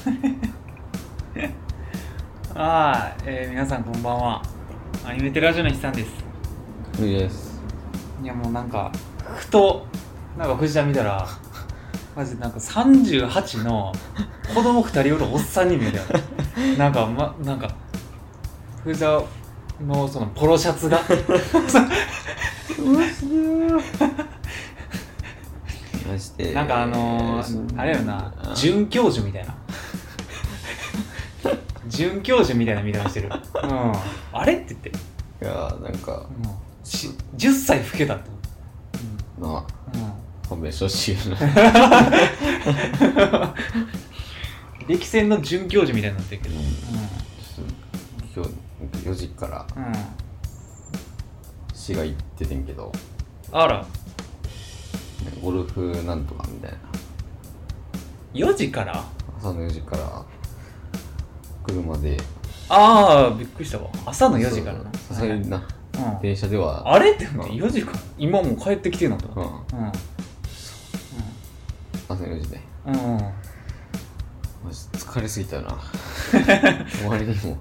皆さんこんばんは。アニメテラジオの日さんです。 いいです。 いやもうなんかふとなんか藤田見たらマジでなんか38の子供2人おるおっさんに見えたよなんか藤田のそのポロシャツがマジでなんかあれよな、准教授みたいな准教授みたいな見た目してる、あれって言って、 いやなんか、 10歳老けたって、 なあ、勘弁してほしいな歴戦の准教授みたいになってるけど、 今日4時から市が行っててんけど、 あらゴルフなんとかみたいな、 4時から朝の4時から車で、 びっくりしたわ、朝の4時からな、 さすがにな、電車ではあれって4時から今もう帰ってきてんのと思って、 朝の4時ね、マジ疲れすぎたよな終わりにも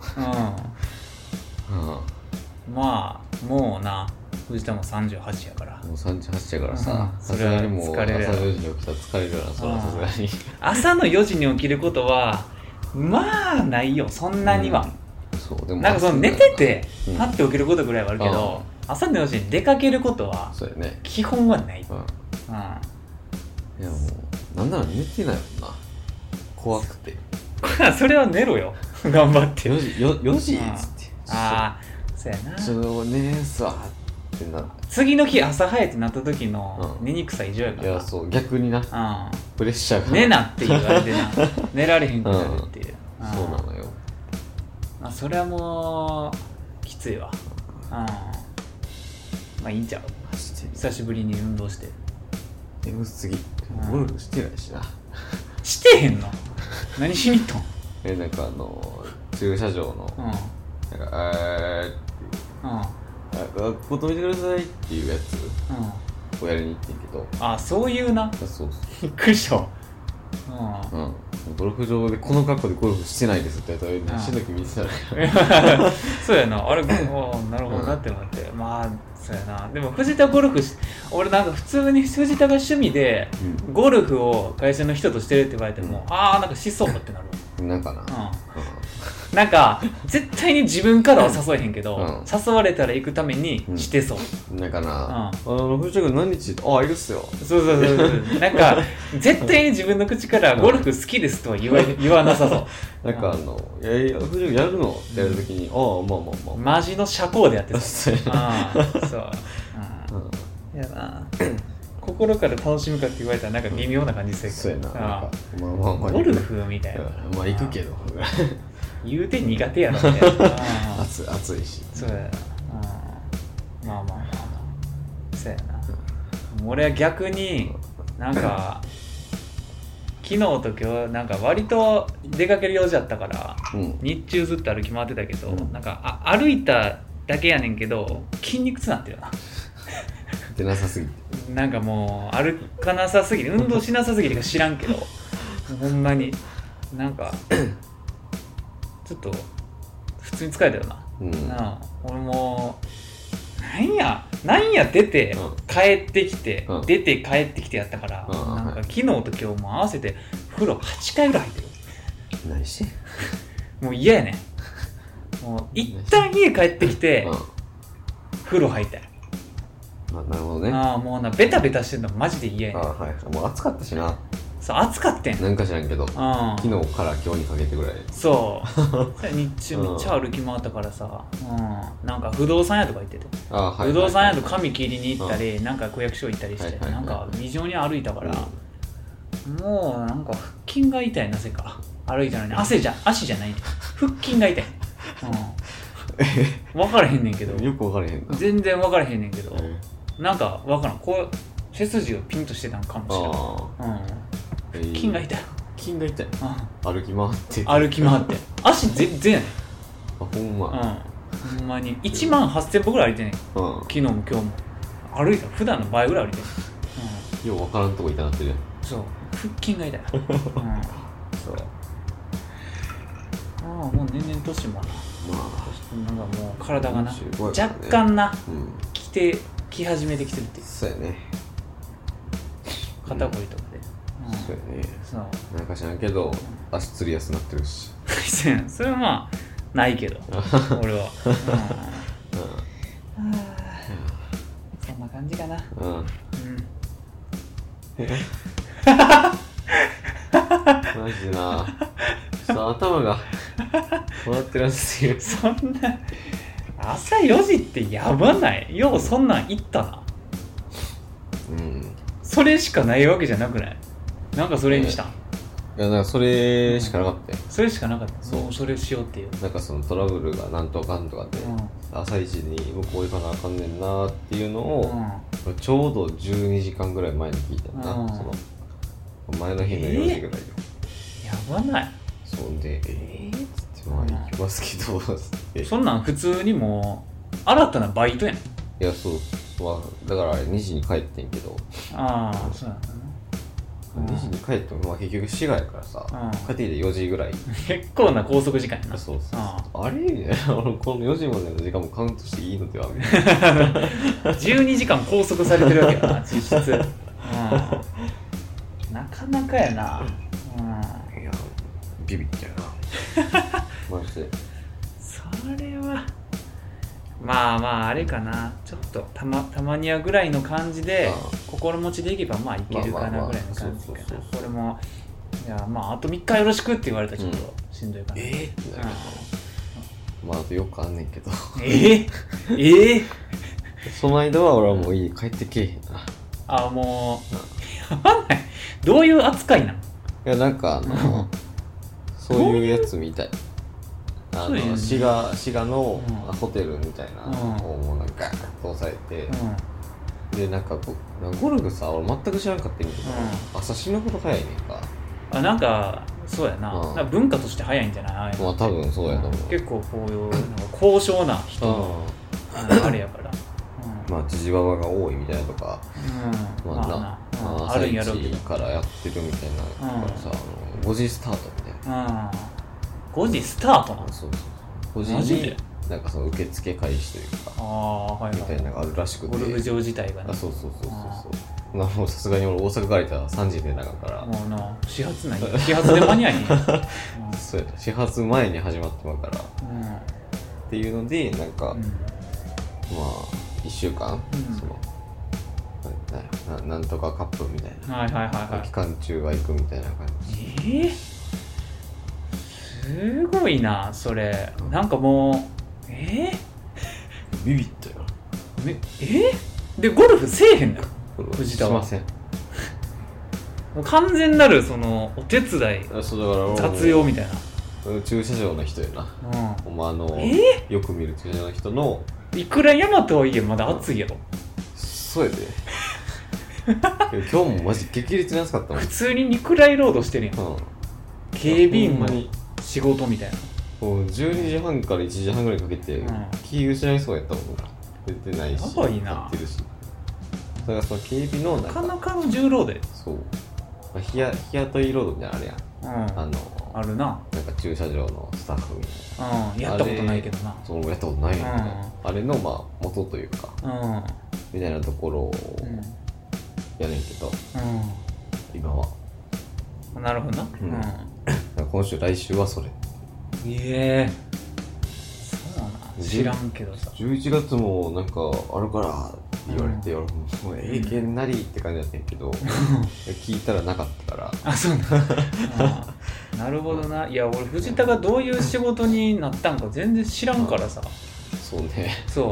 まあもうな、藤田も38やから、 もう38やからさ、 それは疲れるやろ。 朝の4時に起きたら疲れるよな、そらさすがに朝の4時に起きることはまあないよ、そんなには、 そうでもなんかその寝ててパッて起きることぐらいはあるけど、朝の4時に出かけることはそうやね、 基本はない。 いやもうなんなら寝てないもんな、怖くてそれは寝ろよ頑張って 4時っつって、 そうやな、 その寝んすわってな、 次の日朝早いってなった時の寝にくさ異常やから。 いやそう逆にな、プレッシャーが寝なって言われてな寝られへんくなるっていう、 そうなのよ。 それはもうきついわ。まあいいんちゃう、久しぶりに運動して。 眠すぎ、ゴルフしてないしなしてへんの何しに行ったん。 なんか駐車場のなんかここ止めてくださいっていうやつをやりに行ってんけど、 そういうな、 そうびっくりしたわ。 ゴルフ場でこの格好でゴルフしてないですって言ったら、しのき見てたらそうやな、あれなるほどなって思って、まあそうやな。でも藤田ゴルフ俺なんか普通に藤田が趣味でゴルフを会社の人としてるって言われても、なんかしそうってなる。 なんかな、 なんか絶対に自分からは誘えへんけど、誘われたら行くためにしてそう。 なんかな、藤田君何日いるっすよ。 そうなんか絶対に自分の口からゴルフ好きですとは言わなさそう。 なんか藤田君やるのってやるときに、まあマジの社交でやってた。そういやな、心から楽しむかって言われたらなんか微妙な感じするけど、 そうやな、まあゴルフみたいな、 まあ行くけど言うて苦手やろみたいな暑いし、 そうやな、まあそうやな。俺は逆になんか昨日と今日なんか割と出かける用事あったから、日中ずっと歩き回ってたけど、なんか歩いただけやねんけど筋肉痛なってるな出なさすぎて、 なんかもう歩かなさすぎて、運動しなさすぎてか知らんけどほんまになんかちょっと普通に疲れたよな。俺もなんや出て帰ってきて、出て帰ってきてやったから、なんか昨日と今日も合わせて風呂8回ぐらい入ってる。 何してもう嫌やねん。もう一旦家帰ってきて風呂入りたい。 なるほどね。 もうなベタベタしてんのマジで嫌やねん。 もう暑かったしな。 そう暑かったん。 なんか知らんけど、昨日から今日にかけてぐらい。 そう日中めっちゃ歩き回ったからさ、なんか不動産屋とか行ってて、不動産屋と髪切りに行ったり、なんか区役所行ったりして、なんか異常に歩いたから、もうなんか腹筋が痛い、なぜか歩いたのに足じゃないね、腹筋が痛い。分からへんねんけど、 よく分からへんな、 全然分からへんねんけど、なんか分からん、こう背筋をピンとしてたんかもしれない。腹筋が痛い。 筋が痛い。歩き回って足全然やねん。 ほんま。 ほんまに1万8000歩ぐらい歩いてんねん。昨日も今日も歩いたら普段の倍ぐらい歩いてんねん。 よう分からんとこ痛なってるやん。 そう、腹筋が痛い。そうあもう年々年もな、なんかもう体がな、 45 若干な、き始めてきてるっていう。 そうやね。 肩こりとかで、 そうやね。 そうなんか知らんけど、足つりやすなってるし。 それはまあないけど俺は、そんな感じかな。 マジでな、頭が回ってるんですよ。 そんな朝4時ってやばない？ようそんなん言ったな。それしかないわけじゃなくない？なんかそれにしたん？ いや、なんかそれしかなかったよ。 それしかなかった。 そう、 それしようっていう。 なんかそのトラブルがなんとかんとかで、朝一に向こう行かなあかんねんなっていうのを、ちょうど12時間ぐらい前に聞いたな、その前の日の4時ぐらいよ。 やばない？ そうで、つってまあ行きますけどつって。 そんなん普通にもう新たなバイトやん。いや、そうだからあれ2時に帰ってんけど。 そうなんだな。 2時に帰っても、まあ、結局滋賀やからさ、帰ってきて4時ぐらい。 結構な拘束時間やな。 そうあれみたいな、この4時までの時間もカウントしていいのではみたいな。 12時間拘束されてるわけやな、実質。なかなかやな。 いや、ビビったよな。マジで。 それはまああれかな、ちょっとたまにはぐらいの感じで心持ちでいけばまあいけるかなぐらいの感じかな。これもいやまああと3日よろしくって言われたらちょっとしんどいかな。 ってなるけど、まああと4日あんねんけど。その間は俺はもういい、帰ってけえへんな。 もうやばない。どういう扱いなの？ いや、なんかそういうやつみたい。滋賀のホテルみたいなのをもうなんか通されて、でなんかゴルフさ、俺全く知らんかったんやけど、朝死ぬほど早いねんか。 なんかそうやな、なんか文化として早いんじゃない？ まあ多分そうやと思う。 結構こういうなんか高尚な人のあれやから、 まあジジババが多いみたいなとか、朝一からやってるみたいなからさ、5時スタートみたいな。 5時スタートなの？ そう5時になんかその受付開始というかみたいなのがあるらしくて、 ゴルフ場自体がね。 そうもうさすがに俺大阪帰ったら3時でなかったから、 もうな始発ない始発で間に合いねそうや、始発前に始まってまうから、っていうのでなんか、まあ1週間、そのなんとかカップみたいな、期間中は行くみたいな感じ。 すごいなそれ。なんかもうビビったよ。 でゴルフせえへんのよ藤田は。 しません。 もう完全なるそのお手伝い、雑用みたいな。 駐車場の人やな。お前よく見る駐車場の人の。 いくら山とはいえまだ暑いやろ。 そうやで。今日もマジ激烈に暑かったもん。 普通に肉雷ロードしてるやん。警備員の仕事みたいな。 12時半から1時半ぐらいかけて気失いそうやったもん。出てないし、 やばいな。 ってるし。だからその警備のなかなかの重労で。 そう。日雇いロードみたいなのあるやん。 あるな。 なんか駐車場のスタッフみたいな。 やったことないけどな。 そう、やったことないよね。あれのまあ元というか、みたいなところをやねんけど、今は。 なるほどな。 今週来週はそれ。 そうなん。知らんけどさ。 11月もなんかあるからって言われて、俺もうええけんなりって感じだったんやけど、聞いたらなかったから。 そうなんなるほどな。いや俺藤田がどういう仕事になったんか全然知らんからさ。 そうね。 そう。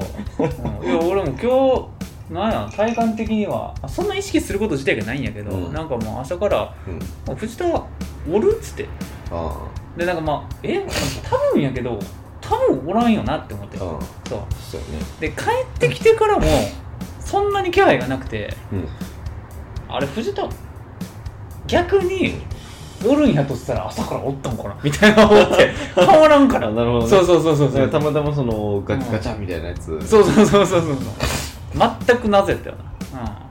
いや俺も今日なんや体感的にはそんな意識すること自体がないんやけど、なんかもう朝から藤田おるっつって。でなんかまあ多分やけど多分おらんよなって思って。そうよね。 で帰ってきてからもそんなに気配がなくて、あれ藤田逆におるんやとしたら朝からおったんかなみたいな思って変わらんから。 なるほどね。 そうたまたまそのガチャみたいなやつ。 そう全く謎やったよな。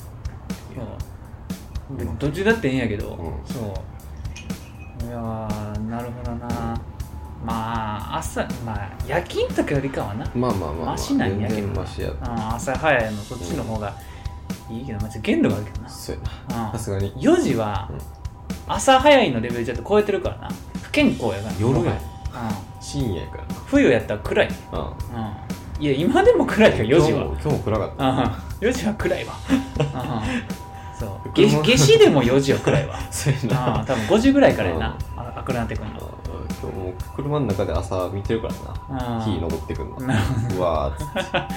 どっちだっていいんやけど、そういやなるほどな。ま朝まあ夜勤とかよりかはなまあまあまあ、 マシなんやけど全然マシや朝早いのそっちの方がいいけど、まあ、限度があるけどな。 そうやな、さすがに 4時は朝早いのレベルちょっと超えてるからな。不健康やから夜や深夜やからな。 冬やったら暗い。いや今でも暗いから4時は。 今日も暗かった。 4時は暗いわ。そう夏至でも4時は暗いわ。 そうやな。 多分5時ぐらいからやな。明るなってくるの。 今日も車の中で朝見てるからな。日昇ってくるの。うわーっつって。 な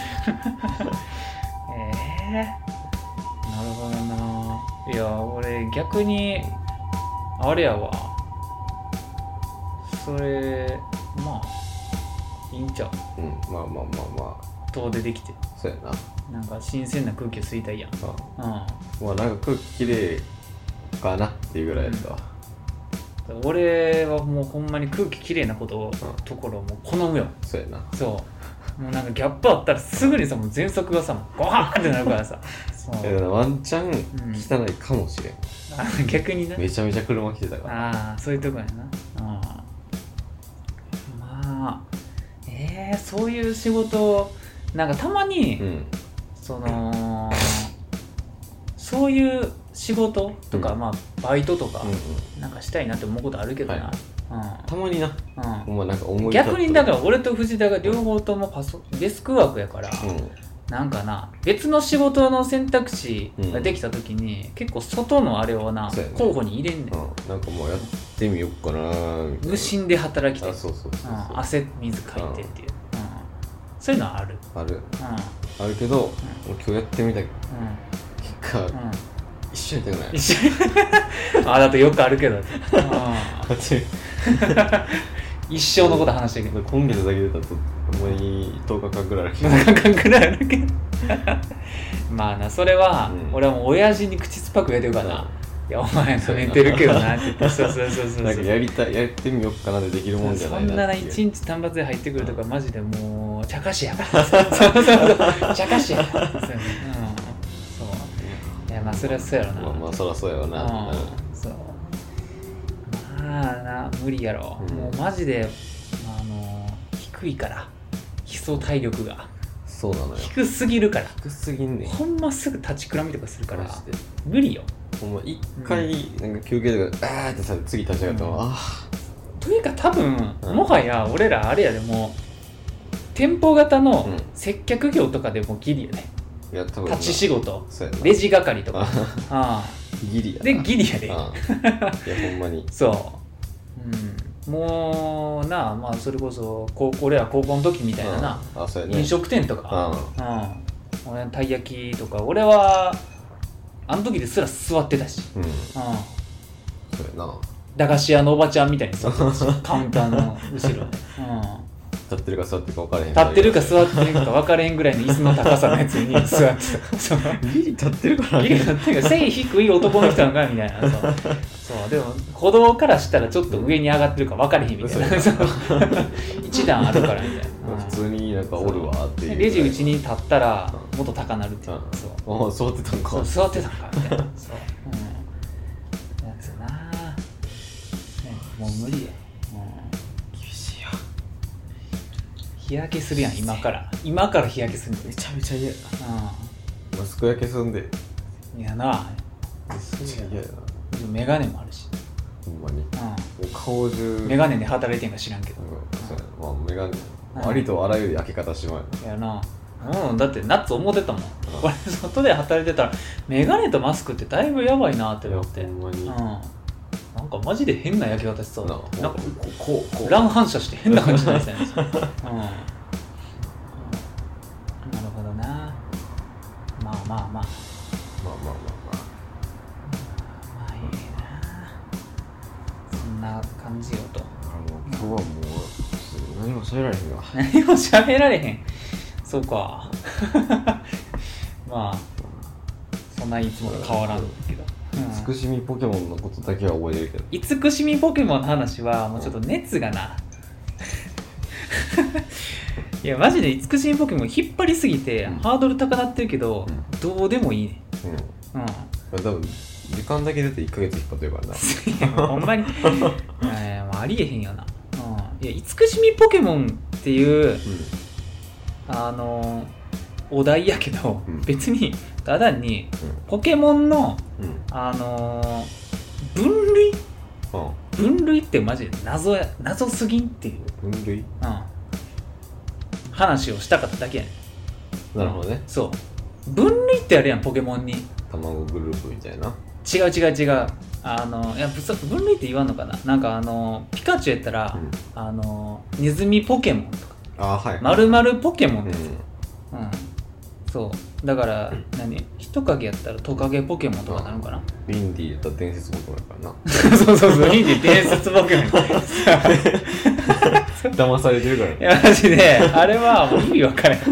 るほどな。いや俺逆にあれやわ。それまあいいんちゃう。 まあまあまあまあ。 遠出できて。 そうやな。 なんか新鮮な空気を吸いたいやん。 まあなんか空気きれいかなっていうぐらいやったわ。 俺はもうほんまに空気きれいなことを、ところをもう好むよ。 そうやな。 そうもうなんかギャップあったらすぐにさもう喘息がさゴワーってなるからさ。 そうワンチャン汚いかもしれん。 逆にな。 めちゃめちゃ車来てたから。 そういうとこやな。まあそういう仕事なんかたまに、そういう仕事とか、まあバイトとか、なんかしたいなって思うことあるけどな。 たまにな。なんか思い逆にだから俺と藤田が両方ともデスクワークやから、なんかな別の仕事の選択肢ができた時に、結構外のあれをな、候補に入れんねん。 なんかもうやってみよっかなみたいな。 無心で働きたい。汗水かいてっていう、そういうのはある。 あるけど、今日やってみた結果、一緒やったくない。 だとよくあるけど一生のこと話してるけど、 今月だけ出たらほんまに10日間ぐらいあるけど 10日間ぐらいあるけどまあな、それは、俺はもう親父に口酸っぱく言えてるからな。いやお前それ寝てるけどなって言って、そうなんかやってみよっかなでできるもんじゃないなっていう。 そんな一日単発で入ってくるとかマジでもう茶化しやから茶化しやからそういやまあそれはそうやろな。 まあそりゃそうやろな。 そうまあな無理やろ。もうマジで低いから基礎体力が。 そうなのよ。 低すぎるから。 低すぎんねん。 ほんますぐ立ちくらみとかするから無理よ。 ほんま一回なんか休憩とかってさ次立ち上がったらというか多分もはや俺らあれやでも店舗型の接客業とかでもギリやね。立ち仕事レジ係とかギリやでギリやで。いやほんまにそうもうなまあそれこそ俺ら高校の時みたいなな飲食店とか俺たい焼きとか俺はあの時ですら座ってたし、 そうやな。 駄菓子屋のおばちゃんみたいに座ってたしカウンターの後ろで、 立ってるか座ってるか分からへん。 立ってるか座ってるか分からへんぐらいの椅子の高さのやつに座ってた。 ギリ立ってるからギリ立ってるから背低い男の人なんかみたいな。そうでも子供からしたらちょっと上に上がってるか分からへんみたいな。一段あるからみたいな。 普通になんかおるわっていう。 レジうちに立ったらもっと高なるっていう。 座ってたんか。 座ってたんかみたいな。そうやつな。もう無理や。 厳しいよ。 日焼けするやん今から日焼けする。 めちゃめちゃ嫌やな。マスク焼けすんで。 いやな。 めっちゃ嫌やな。 メガネもあるし。 ほんまに。顔中。 メガネで働いてんか知らんけど。 そうやな。まあメガネ。ありとあらゆる焼け方しまうやな。だってナッツ思ってたもん。俺外で働いてたらメガネとマスクってだいぶやばいなって思って。 ほんまに。 なんかマジで変な焼け方しそう。なんかこう乱反射して変な感じになりそうやね。なるほどな。まあいいな。そんな感じよと。 今日はもう何も喋られへんわ。 何も喋られへん。そうか。まあそんないつもと変わらんけど。 慈しみポケモンのことだけは覚えてるけど。 慈しみポケモンの話はもうちょっと熱がな。いやマジで慈しみポケモン引っ張りすぎて、ハードル高なってるけど、どうでもいいね。 多分時間だけ出て1ヶ月引っ張ってるからな。 ほんまにありえへんよな。いいや慈しみポケモンっていうお題やけど、別にただにポケモンの分類ってマジで謎すぎんっていう分類、 話をしたかっただけやねん。 なるほどね。 そう分類ってあるやんポケモンに。 卵グループみたいな。 違ういや分類って言わんのかな。なんかピカチュウやったら、ネズミポケモンとか丸々ポケモンってやつ、そうだから人影やったらトカゲポケモンとかなるのかな。 リンディやったら伝説ポケモンやからな。 そうリンディ伝説ポケモン騙されてるからね。 いやマジであれはもう意味分からん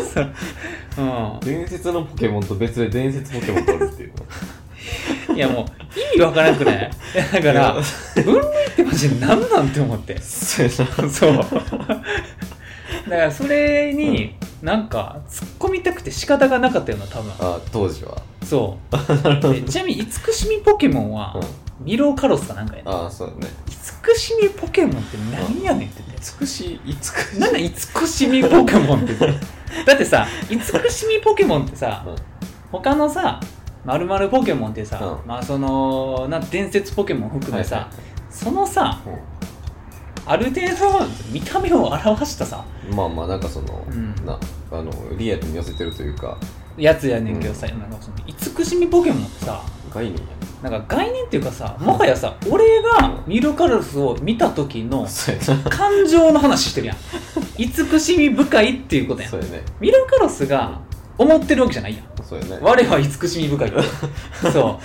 伝説のポケモンと別で伝説ポケモン取るっていういやもう意味わからなくない？だから分類ってマジで何なんて思ってそうだからそれになんか突っ込みたくて仕方がなかったよな多分。 当時はそうちなみに慈しみポケモンは、ミロカロスかなんかやね。 そうだね。 慈しみポケモンって何やねんって言って。何だ慈しみポケモンって言ってだってさ慈しみポケモンってさ、他のさ〇〇ポケモンってさ、その伝説ポケモン含めさ、そのさ、ある程度見た目を表したさなんかその、リアルに寄せてるというかやつやねんけどさ、なんかその慈しみポケモンってさ概念やなんか概念っていうかさ、もはやさ俺がミロカロスを見た時の感情の話してるやん慈しみ深いっていうことやん。ミロカロスが思ってるわけじゃないやん。我は慈しみ深いってそう、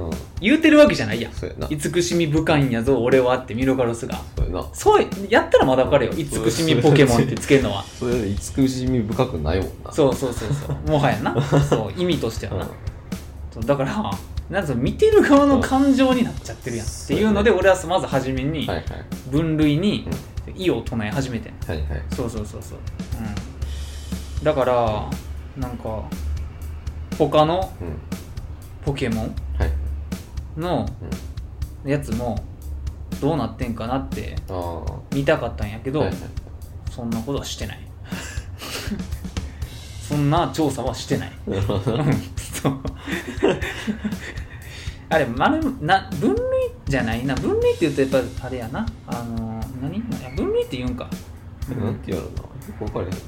言うてるわけじゃないやん。慈しみ深いんやぞ俺はってミロカロスがそうやったらまだ分かるよ。慈しみポケモンってつけるのはそれで慈しみ深くないもんな。 そうもはやなそう意味としてはな、だからなんか見てる側の感情になっちゃってるやんっていうので、俺はまず初めに分類に異を唱え始めてん。そう、だからなんか他のポケモンのやつもどうなってんかなって見たかったんやけど、そんなことはしてないそんな調査はしてないそうあれ分類じゃないな。分類って言うとやっぱあれやな、分類って言うんかなんて言うのな、よく分かれへんの。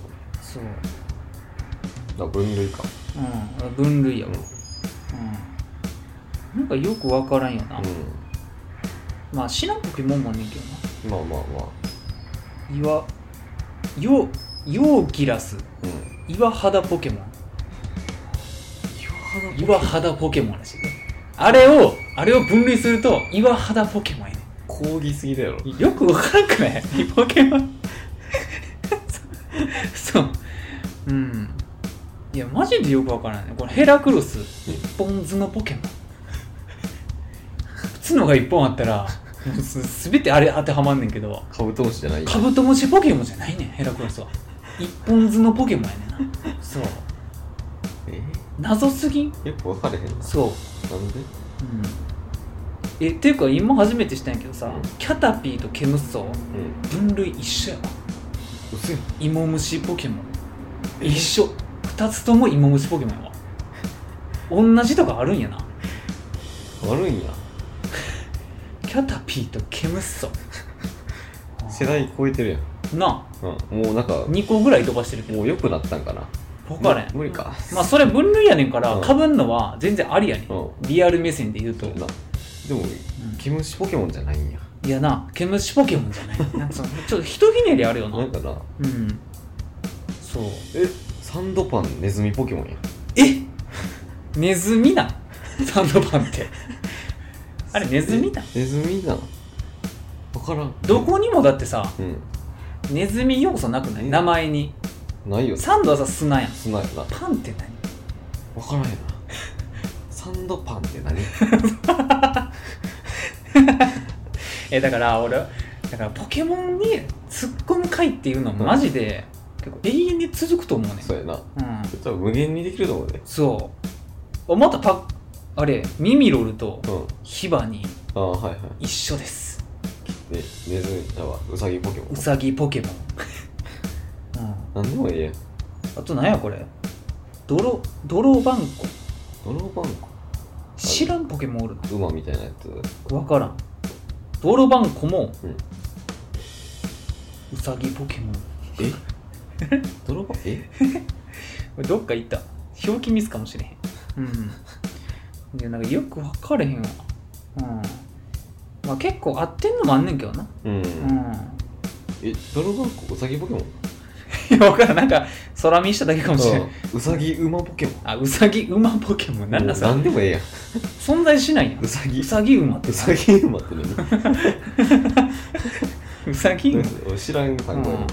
そう分類か。 分類やわ。なんかよく分からんよな。知らんポケモンもねんけどな。ヨーギラス、岩肌ポケモン。岩肌ポケモンらしい。あれを分類すると岩肌ポケモンやねん。 講義すぎだよ。 よく分からんくないポケモンそういやマジでよく分からんね。これヘラクロス一本図のポケモン角が一本あったら全てあれ当てはまんねんけど、 カブトムシじゃない。 カブトムシポケモンじゃないねんヘラクロスは。一本図のポケモンやねんな。そう謎すぎん。 よく分かれへんな。 そうなんでっていうか今初めて知ったんやけどさ、キャタピーとケムッソ分類一緒やわ。芋虫ポケモン一緒。2つとも芋虫ポケモンやわ。同じとかあるんやな。 あるんや。 キャタピーとケムッソ世代超えてるやんな。 もうなんか 2個ぐらい飛ばしてるけどもう良くなったんかな。 分からん。 無理か。 それ分類やねんから被んのは全然ありやねん。リアル目線で言うと。 でもケムシポケモンじゃないんや。 いやな、ケムシポケモンじゃないなんかちょっとひとひねりあるよな。 なんかな。 そう。 サンドパンネズミポケモンや。 ネズミなサンドパンってあれネズミな。 ネズミな。分からん。 どこにもだってさ、ネズミ要素なくない？名前にないよ。 サンドはさ砂やん。 砂やな。 パンって何？分からんやな。サンドパンって何？ だからポケモンに突っ込む回っていうのはマジで、結構永遠に続くと思うね。 そうやな。多分無限にできると思うね。 そうまたミミロルとヒバニ一緒です。 ネズミちゃうわ、ウサギポケモン。 ウサギポケモンなんでもいいやん。 あと何やこれ、泥バンコ。 泥バンコ知らんポケモンおる馬みたいなやつ。 の分からん。泥バンコも、 うんウサギポケモン。 え泥バンこれどっか行った、表記ミスかもしれへん。でなんかよく分かれへんわ。まあ結構合ってんのもあんねんけどな。 泥バンコウサギポケモン。 いや分からん、なんか空見しただけかもしれん。 ウサギ馬ポケモン。 あ、ウサギ馬ポケモンなんだそれ。 なんでもええやん。 存在しないやん。 ウサギ馬ってウサギ馬って何ウサギ馬っ知らん単語やねんけ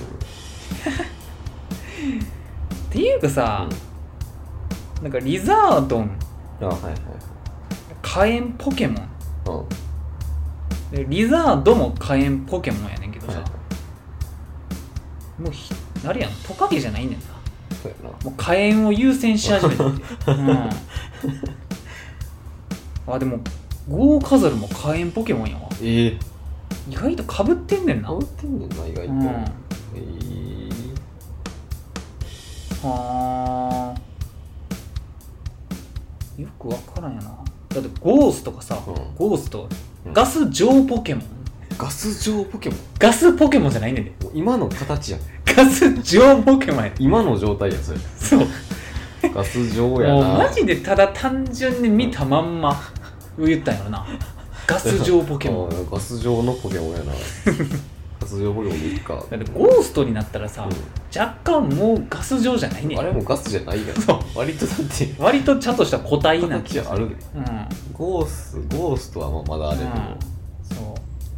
ていうかさ、なんかリザードン、 ど。はいはい火炎ポケモンはい。 でリザードも火炎ポケモンやねんけどさ、 はいもうあれやん、トカゲじゃないねんな。 そうやな。 もう火炎を優先し始めててあ、でもゴーカザルも火炎ポケモンやわ。意外と被ってんねんな。 変わってんねんな、意外と。 はあ、よくわからんやな。だってゴースとかさ、ゴースト、ガス状ポケモン。 ガス状ポケモン。 ガスポケモンじゃないねんで。 今の形やん。 ガス状ポケモンや。 今の状態やん、それ。 そう。 ガス状やな。 もうマジでただ単純に見たまんま言ったんやろな。ガス状ポケモン。 ガス状のポケモンやな。ガス状ポケモンでいいか。 だってゴーストになったらさ、若干もうガス状じゃないねん。 あれもガスじゃないやん。 そう。 割とだって割とちゃんとした個体な形あるで。ゴーストはまだあれやけど。 そう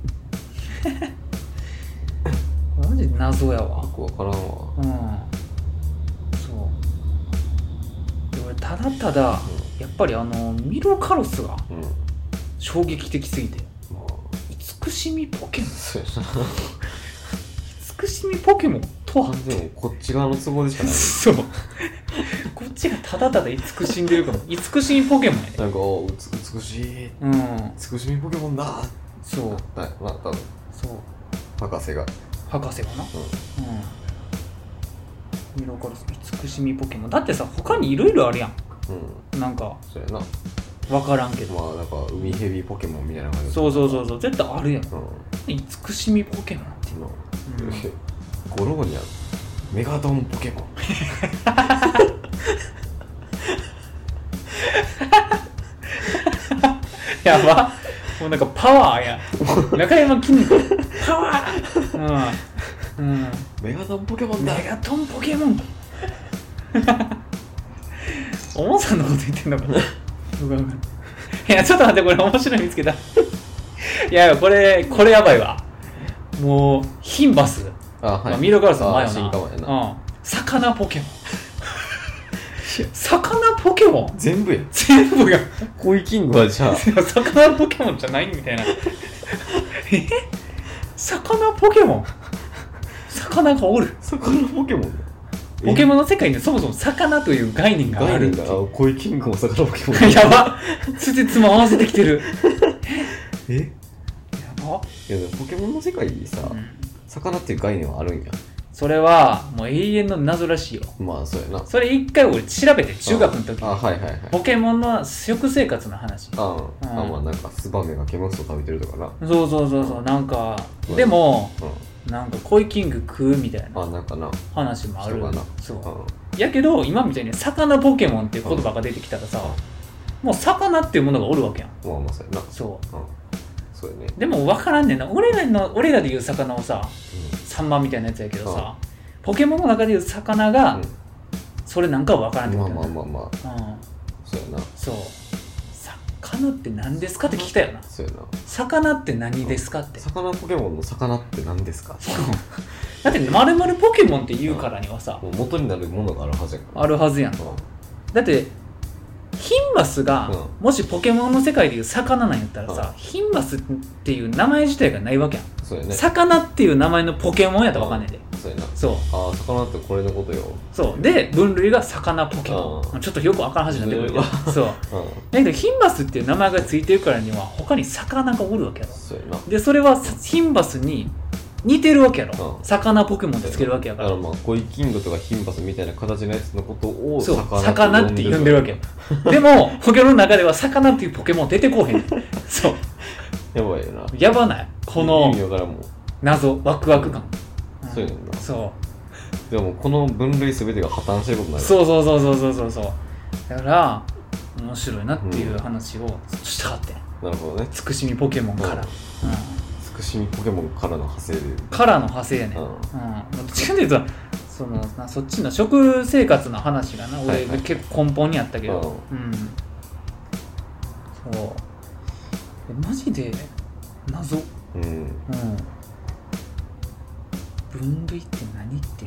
マジで謎やわ。 よくわからんわ。 そうで俺ただただ、やっぱりミロカロスが衝撃的すぎて、慈しみポケモン、慈しみポケモンとはでもこっち側の都合でしかない。 そうこっちがただただ慈しんでるかも。慈しみポケモンやね。 なんか美しい、慈しみポケモンだ。 そうだよな、多分。 そう博士がな、ミロカロス慈しみポケモンだってさ、他にいろいろあるやん。なんかそうやな、 分からんけど、 まあなんか海ヘビポケモンみたいな感じ。 そう絶対あるやん。慈しみポケモンってゴローニャメガドンポケモンやば、もうなんかパワーや中山筋肉パワーメガドンポケモンだ。 メガトンポケモンおもさんのこと言ってんのかな。いやちょっと待って、これ面白い見つけた。いやこれやばいわ。もうヒンバス、ミロカロスの前はな、魚ポケモン魚ポケモン全部や。 全部や。 コイキングはじゃあ魚ポケモンじゃないみたいな。魚ポケモン、魚がおる。 魚ポケモンポケモンの世界にそもそも魚という概念があるっていう。 コイキングも魚ポケモンやば、つじつま合わせてきてる。 やば。 いやでもポケモンの世界にさ、魚っていう概念はあるんや。 それはもう永遠の謎らしいよ。 まあそうやな。 それ一回俺調べて、中学の時にポケモンの食生活の話。 まあなんかスバメがケモスを食べてるとかな。 そうなんかでもなんかコイキング食うみたいな話もある。そうやけど今みたいに魚ポケモンっていう言葉が出てきたらさ、もう魚っていうものがおるわけやん。 まあそうやな。 そうやね。 でも分からんねんな。俺らでいう魚をさ、サンマみたいなやつやけどさ、ポケモンの中でいう魚がそれなんかは分からんってことやな。 まあそうやな。 そう魚って何ですかって聞きたいよな。 そうやな。 魚って何ですかって。 魚ポケモンの魚って何ですか。 だって丸々ポケモンって言うからにはさ、 元になるものがあるはずやから。 あるはずやん。だってヒンバスがもしポケモンの世界でいう魚なんやったらさ、ヒンバスっていう名前自体がないわけやん。 そうやね。 魚っていう名前のポケモンやったらわかんねんで。 そうやな。 そうああ、魚ってこれのことよ。 そうで分類が魚ポケモン、ちょっとよく分からん話になってくるけどそう、だけどヒンバスっていう名前がついてるからには他に魚がおるわけやろ。 そうやな。 でそれはヒンバスに似てるわけやろ、魚ポケモンってつけるわけやから。 だからまあゴイキングとかヒンバスみたいな形のやつのことをそう魚って呼んでるわけでもポケモンの中では魚っていうポケモン出てこうへんそうやばいよな。 やばないこの意味わからんもん。 謎ワクワク感、 そうやねんな。 そうでもこの分類全てが破綻してることになる。 そうだから面白いなっていう話をしたかって、 なるほどね。 つくしみポケモンから、 つくしみポケモンからの派生でからの派生やねん、どっちかというとそっちの食生活の話がな、俺結構根本にあったけど、そうマジで謎、分類って何っていう、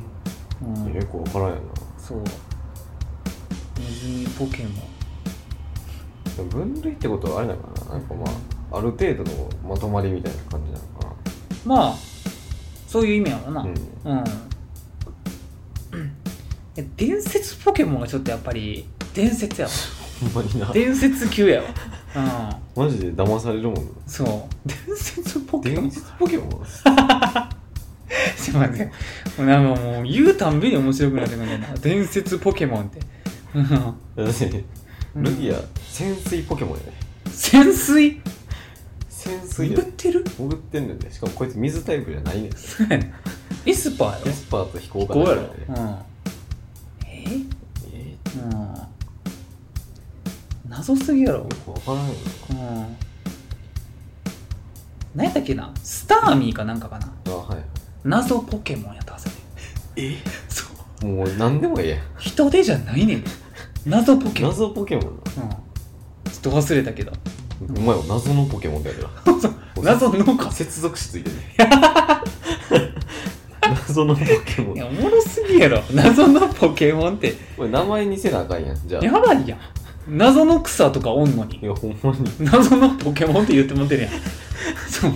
よくわからんよな。 そうネズミポケモン分類ってことはあれなのかな、なんかまあある程度のまとまりみたいな感じなのかな。 まあそういう意味やろな。伝説ポケモンがちょっとやっぱり伝説やわほんまにな。 伝説級やわ。 マジで騙されるもんな。 そう伝説ポケモン伝説ポケモンちょっと待って、もうなんかもう言うたんびに面白くなってくるんだよな伝説ポケモンってだってルギア潜水ポケモンやね。 潜水潜ってる潜ってんねんね。しかもこいつ水タイプじゃないねん。 そうやねエスパーやろ。 エスパーと飛行やろ。謎すぎやろ。 分からんよな。何やったっけな、スターミーかなんかかな。謎ポケモンやったはずで。そうもう何でもいいや。 人手じゃないねん。謎ポケモン。 謎ポケモンな。 ちょっと忘れたけど。 お前は謎のポケモンだよな。 謎のか接続詞ついてる謎のポケモン。 いやおもろすぎやろ謎のポケモンって。 これ名前にせなあかんやん。じゃあやばいやん。謎の草とかおんのに。 いやほんまに謎のポケモンって言ってもってるやんそう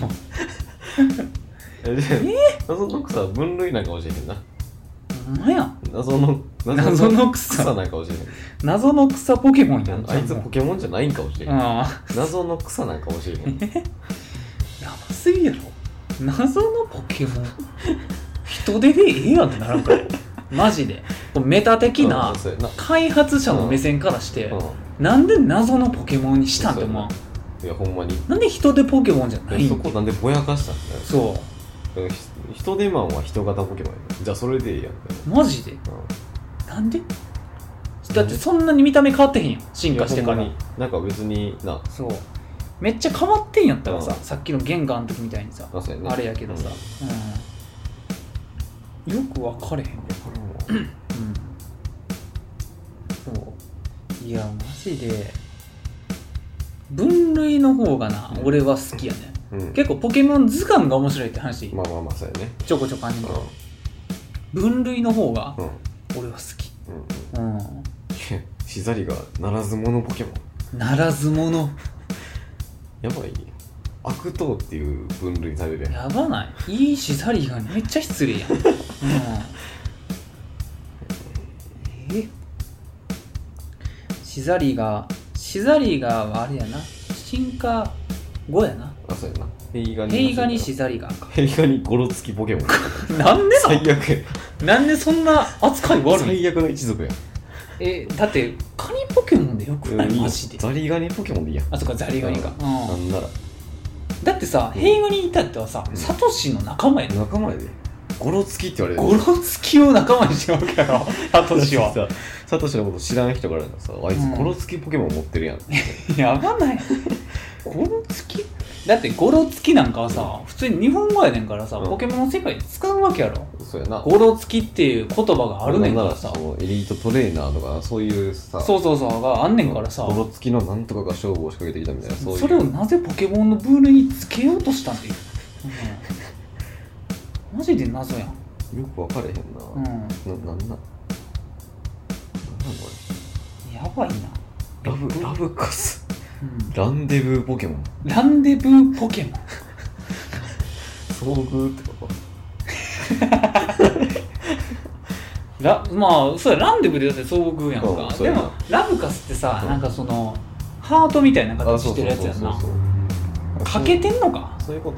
謎の草は分類なんかもしれへんな。 ほんまやん。 謎の草なんかもしれへん。 謎の草ポケモンやん。 あいつポケモンじゃないんかもしれへん。謎の草なんかもしれへん。 やばすぎやろ謎のポケモン人手でええやんってならんかいマジでメタ的な開発者の目線からしてなんで謎のポケモンにしたんって思う。 いやほんまになんで人手ポケモンじゃないん。 そこなんでぼやかしたんだよ。 そう人手マンは人型ポケモンやね。じゃあそれでいいやん。 マジでなんでだってそんなに見た目変わってへんやん進化してから。 なんか別にな。 そうめっちゃ変わってんやったらさ、さっきのゲンガーの時みたいにさ あれやけどさ、よく分かれへんねこれもそういやマジで分類の方がな、俺は好きやね、結構ポケモン図鑑が面白いって話まあそうやね。 ちょこちょこあんねんけど、分類の方が俺は好き。 シザリがならず者ポケモン。ならず者やばい。悪党っていう分類されるやん。 やばない。いいシザリガニめっちゃ失礼やんシザリガはあれやな、進化後やな。 そうやな。ヘイガニシザリガか。 ヘイガニゴロつきポケモンなんで最悪や。 なんでそんな扱い悪い。 最悪の一族や。 だってカニポケモンでよくないマジで。 ザリガニポケモンでいいやん。 あ、そっかザリガニか。 なんならだってさ、ヘイガニに至ってはさ、サトシの仲間やで。 仲間やで。ゴロつきって言われる。 ゴロつきを仲間にしてるわけやろサトシは。 サトシのこと知らん人からさ、あいつゴロつきポケモン持ってるやんやばない。ゴロつきだってゴロつきなんかはさ、普通に日本語やねんからさ、ポケモンの世界で使うわけやろ。 そうやな。 ゴロつきっていう言葉があるねんからさ、 エリートトレーナーとかそういうさ、 そうがあんねんからさ、 ゴロつきのなんとかが勝負を仕掛けてきたみたいな。 それをなぜポケモンの分類につけようとしたんだよ、マジで謎やん。 よく分かれへんな。なんこれやばいな。 ラブカス、ランデブーポケモン。 ランデブーポケモン遭遇ってことまあそうや、ランデブでだって総北やんか、でもラブカスってさ、なんかそのハートみたいな形してるやつやんな。かけてんのか。 そういうこと。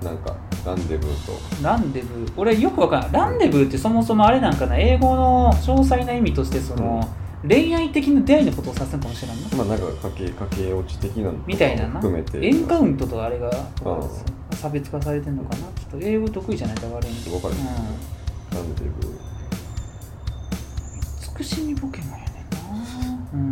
なんかランデブーとランデブー、俺よくわからん。ランデブーってそもそもあれなんかな、英語の詳細な意味としてその、恋愛的な出会いのことを指すのかもしれんな。 まあなんか駆け落ち的なのみたいなな。 含めてエンカウントとあれが差別化されてんのかな。ちょっと英語得意じゃないと悪いんで。 分かる。ランデブー。 美しみポケモンやねん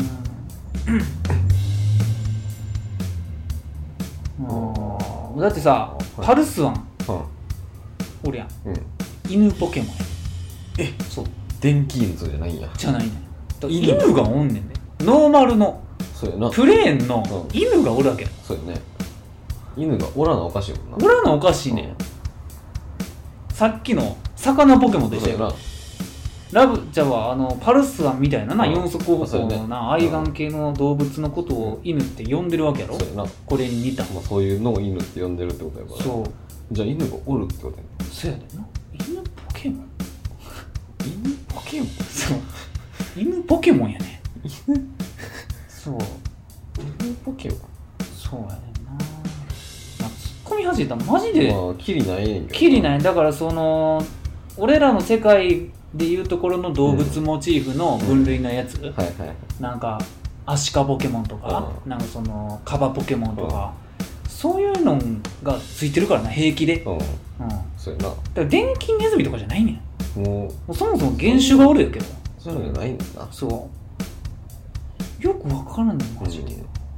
な。だってさ、パルスワンおるやん、犬ポケモンや。そう、 電気犬じゃないんや。 じゃないねん。犬がおんねんね。ノーマルのそうやな、 プレーンの犬がおるわけ。 そうやね。犬がおらなおかしいもんな。 おらなおかしいね。さっきの魚ポケモンと一緒やな。ラブじゃあパルスワンみたいなな、四足歩行のな愛玩系の動物のことを犬って呼んでるわけやろ。 そうやな。 これに似た、 そういうのを犬って呼んでるってことやから。 そう。 じゃあ犬がおるってことやね。 そうやねんな。犬ポケモン。 犬ポケモン。 そう。犬ポケモンやね。そう。 犬ポケモン。 そうやねんな。突っ込み始めたマジで。 まあキリないねんけど。 キリない。だからその俺らの世界でいうところの動物モチーフの分類のやつ、なんかアシカポケモンとか、なんかそのカバポケモンとか、そういうのがついてるからな、平気で。 そうやな。だから電気ネズミとかじゃないねん。もうそもそも原種がおるやけど、 そういうのじゃないんだな。 そうよくわからんねんマジで。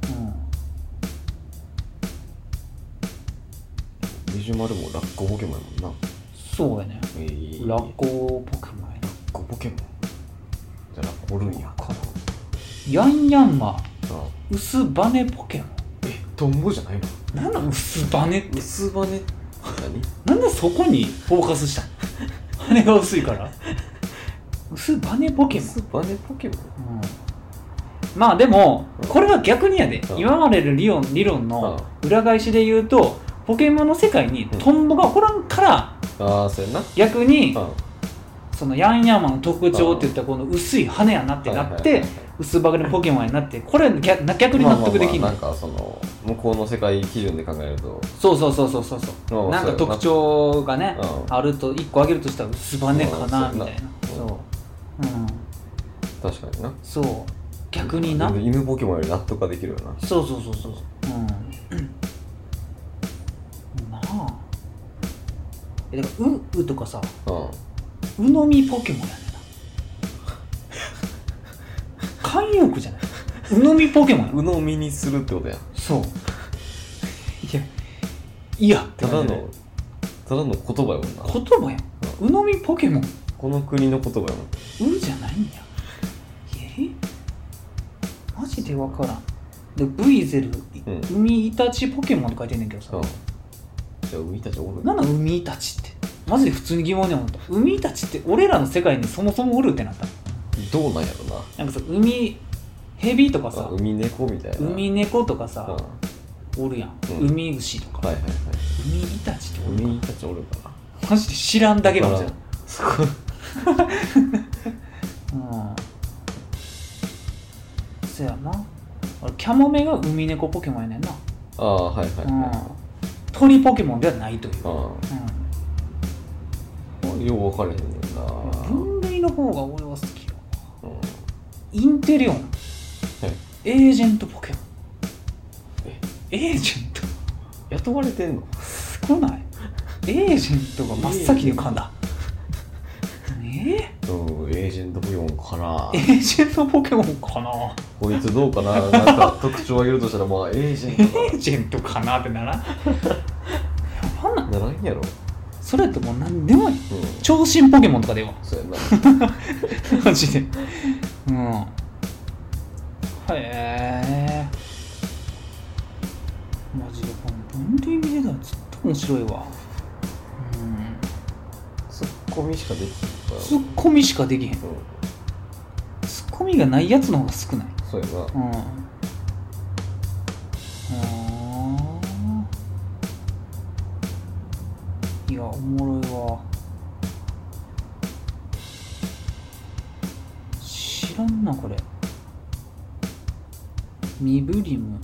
ビジュマルもラッコポケモンやもんな。 そうやね。ラッコポケモンやな。 ラッコポケモンじゃあラッコおるんや。 ヤンヤンマウスバネポケモン。 トンボじゃないの。 なんだウスバネって。 ウスバネなんでそこにフォーカスしたの。羽が薄いからウスバネポケモン。 ウスバネポケモン、 まあでもこれは逆にやで、今までの理論の裏返しで言うと、ポケモンの世界にトンボがおらんから、 そうやな。 逆に、そのヤンヤンマの特徴っていったこの薄い羽やなってなって、薄バネポケモンやなって、これ逆に納得できんの。 なんかその向こうの世界基準で考えると、 そうなんか特徴がね、あると1個挙げるとしたら薄バネかなみたいな。 確かにな。 そう逆にな、 犬ポケモンより納得ができるよな。 そうなあ。だからうとかさ、うのみポケモンやねんな。慣用句じゃない。うのみポケモンや。 うのみにするってことや。 そう。いやただの言葉やもんな。 言葉やん。うのみポケモン。 この国の言葉やもん。 じゃないんや。マジで分からん。で、ブイゼル、海イタチポケモンって書いてんねんけどさ。 じゃあ海イタチおる。 なんだ海イタチって。マジで普通に疑問に思った。海イタチって俺らの世界にそもそもおるってなった。 どうなんやろな。 なんかさ、海ヘビとかさ、 海猫みたいな。 海猫とかさ、おるやん。海牛とか。海イタチっておるか。 海イタチおるかな。 マジで知らんだけかもしれん。そやな。キャモメが海猫ポケモンやねんな。鳥ポケモンではないという。 よう分かれへんねんな。 分類の方が俺は好きよ。インテリオン、エージェントポケモン。エージェント雇われてんの少ない。エージェントが真っ先に浮かんだ。 エージェントポケモンかな。 エージェントポケモンかな。 こいつどうかな。なんか特徴を挙げるとしたら、まあエージェントかなってならん。 ならんやろ。 それってもう何でもいい。超新ポケモンとかでは。 そうやな。 マジで。へえ。マジでこの分類見てたらずっと面白いわ。 ツッコミしかできへん。 ツッコミしかできへん。ツッコミがないやつの方が少ない。 そうやな。 いやおもろいわ。 知らんなこれ。ミブリム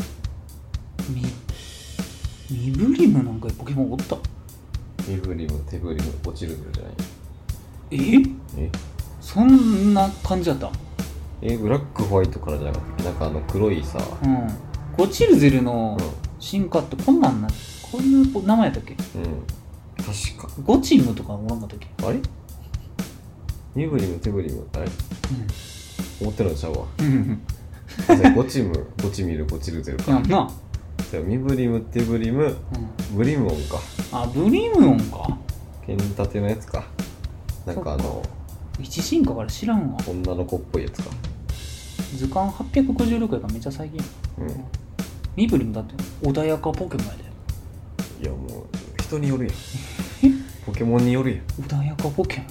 ミブリムなんかポケモンおった？ ミブリム、テブリム、落ちるんじゃない？ えそんな感じだった？ ブラックホワイトからじゃなかったっけ？なんか黒いさ、 ゴチルゼルの進化ってこんなんこういう名前やったっけ？ 確かゴチムとかおらんかったっけ？ あれミブリム、テブリム、あれ、思ってるのちゃうわ。ゴチム、ゴチミル、ゴチルゼルか。 なミブリム、テブリム、ブリムオンか。 あ、ブリムオンか。 剣立てのやつか。なんか一進化から知らんわ。 女の子っぽいやつか。 図鑑856やからめっちゃ最近。ミブリムだって穏やかポケモンやで。 いやもう人によるやん。ポケモンによるやん。 穏やかポケモン。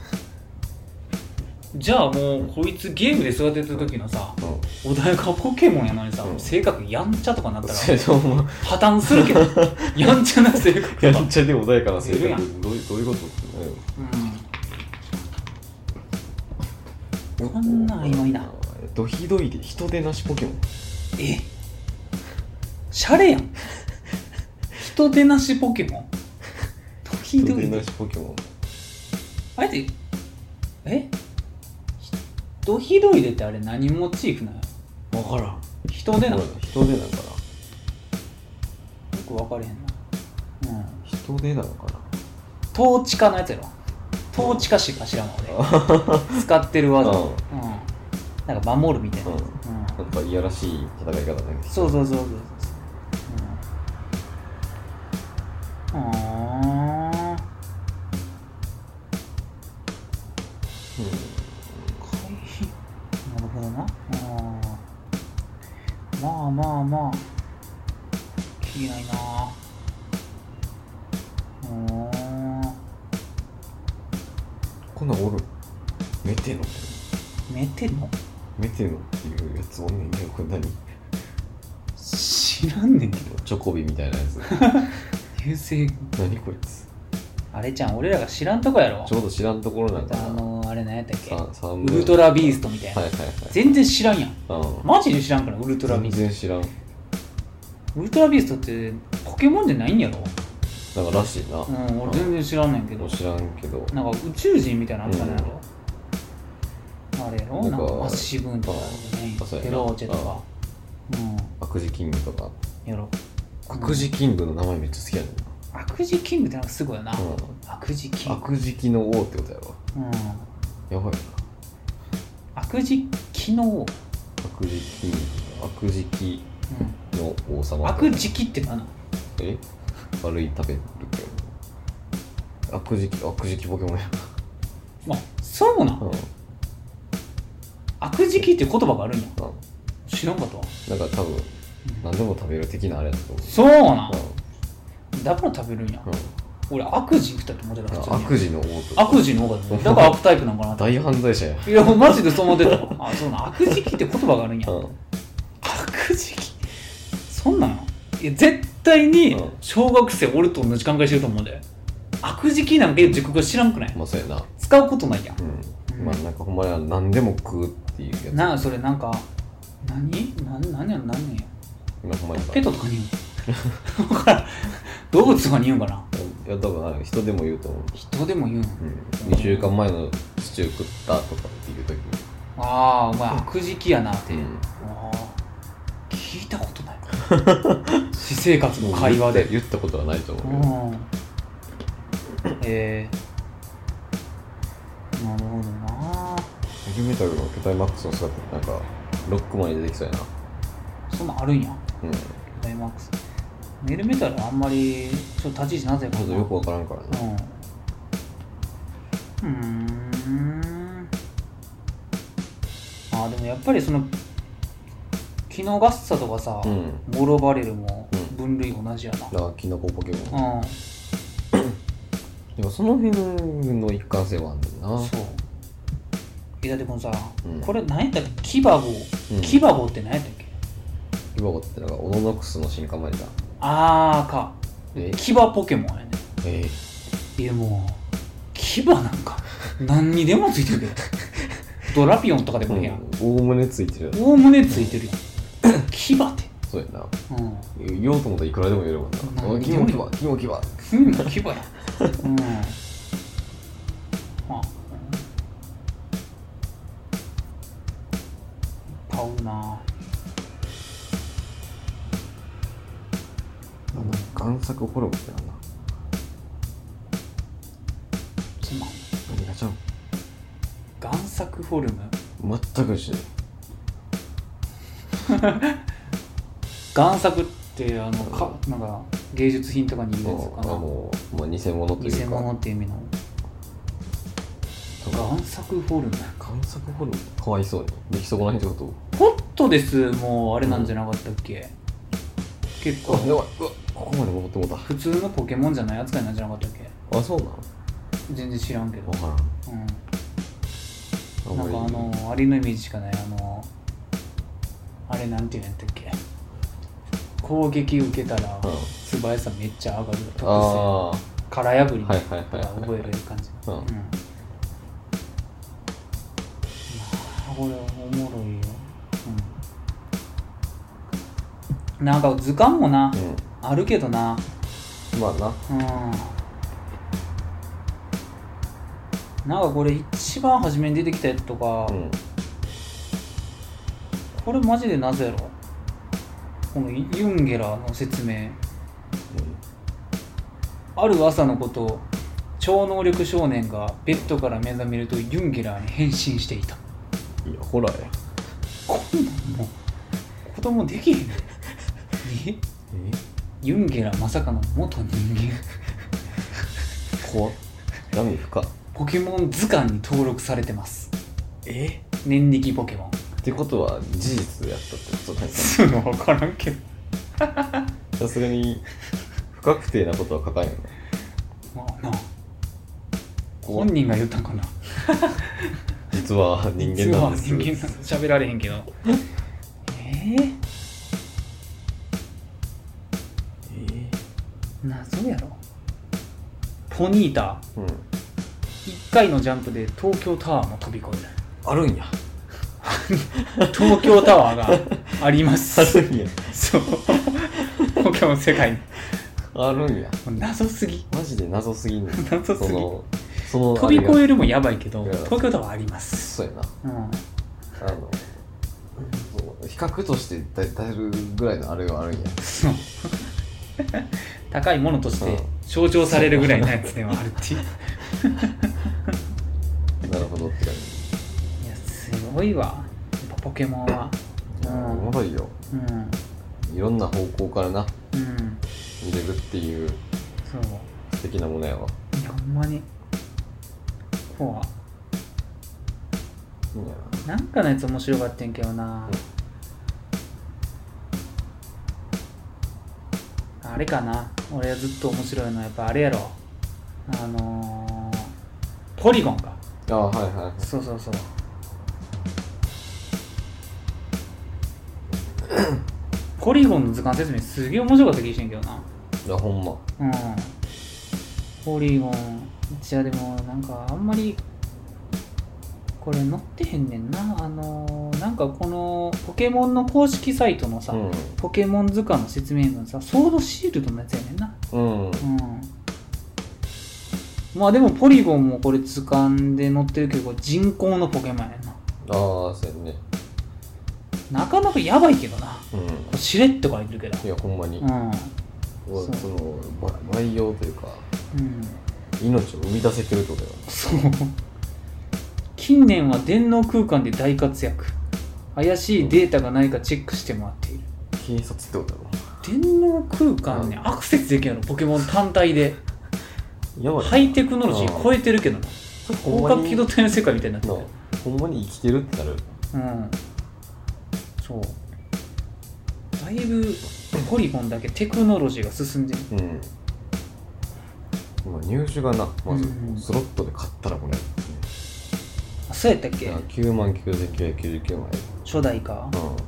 じゃあもうこいつゲームで育てた時のさ、穏やかポケモンやのにさ、性格やんちゃとかなったら破綻するけどやんちゃな性格やんちゃで穏やかな性格どういうこと？ こんなん曖昧な。 ドヒドイで人手なしポケモン。 シャレやん。人手なしポケモン。ドヒドイ。 人手なしポケモン。 あれってドヒドイでってあれ何モチーフなの？ 分からん。 人手なの？ 人手なんかな。よく分かれへんな。 人手なのかな。 統治下のやつやろ。統治下しか知らんわ俺。使ってる技。なんか守るみたいな。 なんかいやらしい戦い方だね。 そう。なるほどな。まあきりないな。 こんなんおる。メテノっていうやつおんねんけど、これ何？ 知らんねんけど。 チョコビみたいなやつ。 優勢。 何こいつ。 あれちゃん、俺らが知らんとこやろ。 ちょうど知らんところなんだな。 あれ何やったっけ？ ウルトラビーストみたいな。全然知らんやん。マジで知らんから、ウルトラビースト。 全然知らん。 ウルトラビーストってポケモンじゃないんやろ？ なんからしいな。 俺全然知らんねんけど。 知らんけど。 なんか宇宙人みたいなのあったんやろ？あれやろ？なんかアッシブーンとかヘローチェとか。 悪事キングとか。 やろ。 悪事キングの名前めっちゃ好きやねんな。 悪事キングってなんかすごいよな。悪事キング。 悪事キの王ってことやろ。やばいな。 悪事キの王。 悪事キング。悪事キの王様。 悪事キって何？ 悪い食べるけど。悪事キポケモンや。 まあそうな。悪事キって言葉があるんや。知らんかったわ。 なんか多分何でも食べる的なあれやと思う。 そうな。だから食べるんや。俺悪事って思ってた。 悪事の王と。 悪事の王がだから悪タイプなんかな。 大犯罪者や。 いやマジでそう思ってた。そうな。悪事キって言葉があるんや。悪事キ。そんなの？いや絶対に小学生俺と同じ考えしてると思うんで。悪事キなんか熟語知らんくない？ まあそうやな。 使うことないやん。 まあなんかほんまに何でも食うっていうやつ。 なあそれなんか何やペットとかに言うの？動物とかに言うんかな？ いや多分人でも言うと思う。 人でも言うの ？2週間前のシチュー食ったとかっていう時にお前悪事キやなって、聞いたことない私生活の会話で言ったことはないと思うけどなるほどな。 ヘビメタルの巨大マックスの姿ってなんかロックマンに出てきそうやな。 そんなんあるんや。巨大マックスメルメタルはあんまりちょっと立ち位置なぜかよくわからんからね。 でもやっぱりそのキノガッサとかさ、モロバレルも分類同じやな。 キノコポケモン。でもその辺の一貫性はあんねんな。 そう。だってこのさ、これ何やったっけ？キバゴ。キバゴって何やったっけ？ キバゴってなんかオノノクスの進化前だ。 キバポケモンやね。いやもうキバなんか何にでもついてるけどドラピオンとかでもいいやん。 おおむねついてるやん。 おおむねついてるやん。牙って。 そうやな。言おうと思ったらいくらでも言えるもんな。牙も牙。 牙や。まあ。買うな。 贋作フォルムってなんだ。 つまん。 何がちゃう。 贋作フォルム。 全くしない。 贋作ってなんか芸術品とかに言うやつかな。 もう偽物というか。 偽物っていう意味の。贋作フォルム。 贋作フォルム。かわいそうにでき損ないってこと。 ホットですもうあれなんじゃなかったっけ、結構やばい。うわここまで戻ってもた。 普通のポケモンじゃない扱いなんじゃなかったっけ。 あ、そうなの。 全然知らんけど。 分からん。 なんかあれのイメージしかない。あれなんていうんやったっけ、攻撃受けたら素早さめっちゃ上がる特性、殻破りとか覚えれる感じ。これおもろいよ。なんか図鑑もな、あるけどな。 まあな。 なんかこれ一番初めに出てきたやつとか、これマジでなぜやろ。このユンゲラの説明、ある朝のこと、超能力少年がベッドから目覚めるとユンゲラに変身していた。 いやホラーや。 こんなんもう子供できへん。ユンゲラまさかの元人間。 怖っ。闇深っ。 ポケモン図鑑に登録されてます。念力ポケモンってことは事実やったってことだよ。 そういうの分からんけど。 さすがに不確定なことは書かんよね。 まあな、本人が言ったんかな。 実は人間なんです。 人間なんです。喋られへんけど。謎やろ。ポニータ、1回のジャンプで東京タワーも飛び越える。 あるんや。 東京タワーがあります。 あるんや。 そう。ポケモン世界にあるんや。 謎すぎ。 マジで謎すぎんねん。 謎すぎ。 その飛び越えるもやばいけど、東京タワーあります。 そうやな。比較として出るぐらいのあれがあるんや。 そう。高いものとして象徴されるぐらいのやつではあるっていう。 なるほどって感じ。 いやすごいわ。やっぱポケモンは。 おもろいよ。いろんな方向からな、見れるっていう素敵なものやわ。 いやほんまに。こうなんかのやつ面白かったんけどな。あれかな。俺はずっと面白いのはやっぱあれやろ。ポリゴンか。 はいはい。 そうそうそう。ポリゴンの図鑑説明すげえ面白かった気がしてんけどな。 いやほんま。 ポリゴンじゃでもなんかあんまりこれ載ってへんねんな。なんかこのポケモンの公式サイトのさ、ポケモン図鑑の説明文さ、ソードシールドのやつやねんな。まあでもポリゴンもこれ図鑑で載ってるけど、これ人工のポケモンやねんな。 そうやね。 なかなかやばいけどな。これしれっと書いてるけど。 いやほんまに。その培養というか、命を生み出せてるってことだよ。 そう。近年は電脳空間で大活躍。怪しいデータがないかチェックしてもらっている。 警察ってことだろ。 電脳空間にアクセスできるの、ポケモン単体で。ハイテクノロジー超えてるけどな。広角機動隊の世界みたいになってる。 ほんまに生きてるってなる。 そう。だいぶポリゴンだけテクノロジーが進んでる。 入手がな、まずスロットで買ったらこれ。 そうやったっけ ？99,999枚。 初代か。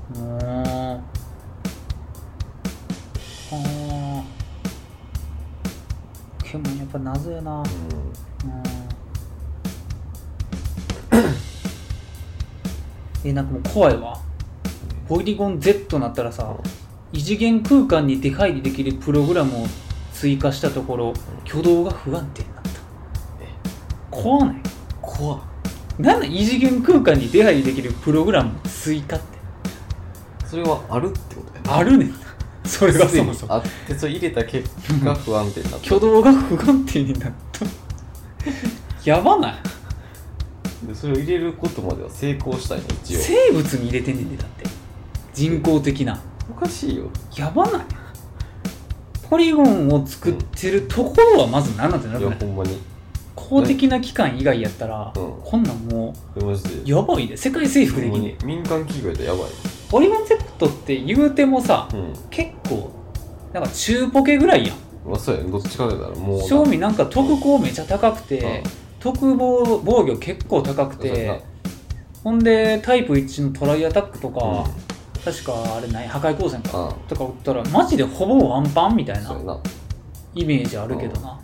ポケモンやっぱ謎やな。 なんかもう怖いわ。ポリゴン Z になったらさ、異次元空間に出入りできるプログラムを追加したところ、挙動が不安定になった。怖ない？ 怖っ。 なんだ異次元空間に出入りできるプログラム追加って。 それはあるってことやね。 あるねん。それがそもそもあって、それ入れた結果不安定になった。 挙動が不安定になった。やばない？ でそれを入れることまでは成功したいの一応。 生物に入れてんねんで、だって人工的な。 おかしいよ。 やばない？ポリゴンを作ってるところはまず何なんてなるの？ いやほんまに公的な機関以外やったら、こんなんもうやばいで。世界征服できんね。 民間企業やったらやばい。 ポリゴン Z って言うてもさ、結構なんか中ポケぐらいやん。 まあそうやね。どっちかでたらもう正味なんか特攻めちゃ高くて、特防防御結構高くて、ほんでタイプ1のトライアタックとか、確かあれない破壊光線か、とか打ったらマジでほぼワンパンみたいなイメージあるけどな。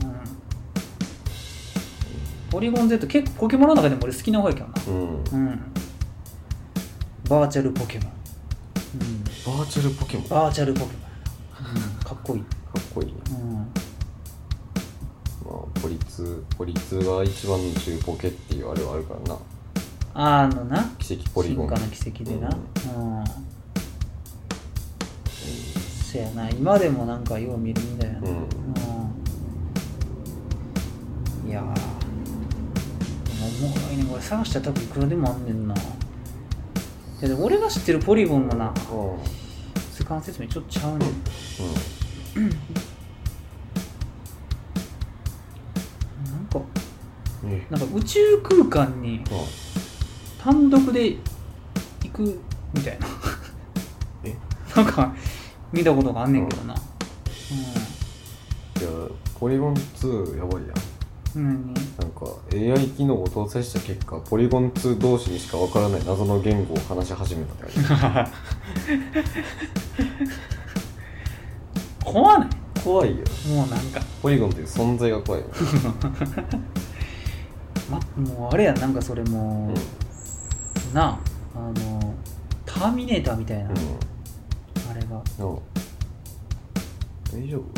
ポリゴン Z 結構ポケモンの中でも俺好きな方やけどな。バーチャルポケモン。 バーチャルポケモン。 バーチャルポケモン。かっこいい。 かっこいいね。まあポリツが一番の中ポケっていうあれはあるからな。 な奇跡ポリゴン。 進化の奇跡でな。そやな、今でもなんかよう見るんだよね。いやー、もう来年これ探したら多分いくらでもあんねんな。で俺が知ってるポリゴンのな、図鑑説明ちょっとちゃうねん。なんか宇宙空間に単独で行くみたいななんか見たことがあんねんけどな。いやポリゴン2やばいやん。 なんか AI 機能を搭載した結果、ポリゴン2同士にしかわからない謎の言語を話し始めたってある。 怖ない？ 怖いよ。 もうなんかポリゴンっていう存在が怖いよ。 もうあれやん、なんかそれもなターミネーターみたいな、あれが大丈夫？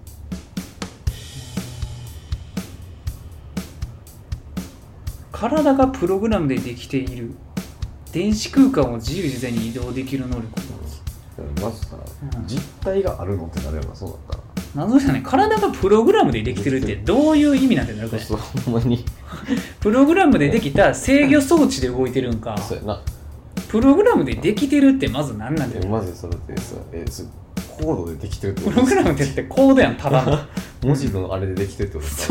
体がプログラムでできている電子空間を自由自在に移動できる能力。 まずさ、実体があるのってなるよな、そうだったら。 謎じゃない？体がプログラムでできてるってどういう意味なんてなるかね。 そうほんまにプログラムでできた制御装置で動いてるんか、 そうやな。 プログラムでできてるってまず何なんだよ。 まずそれってさ、コードでできてるってこと？プログラムってコードやん、ただの文字のあれでできてるってことそう。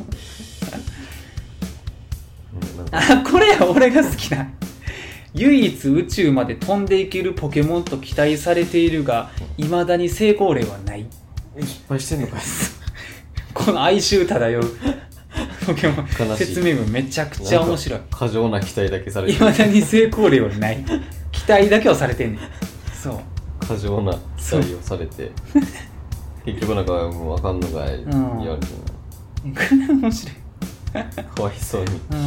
これや俺が好きな。唯一宇宙まで飛んでいけるポケモンと期待されているが、未だに成功例はない。 失敗してんのかい。 この哀愁漂うポケモン説明文めちゃくちゃ面白い。 過剰な期待だけされてる。 未だに成功例はない。期待だけをされてんねん。そう。 過剰な期待をされて結局なんかもう分かんのかい、言われてる。これ面白い。 かわいそうに。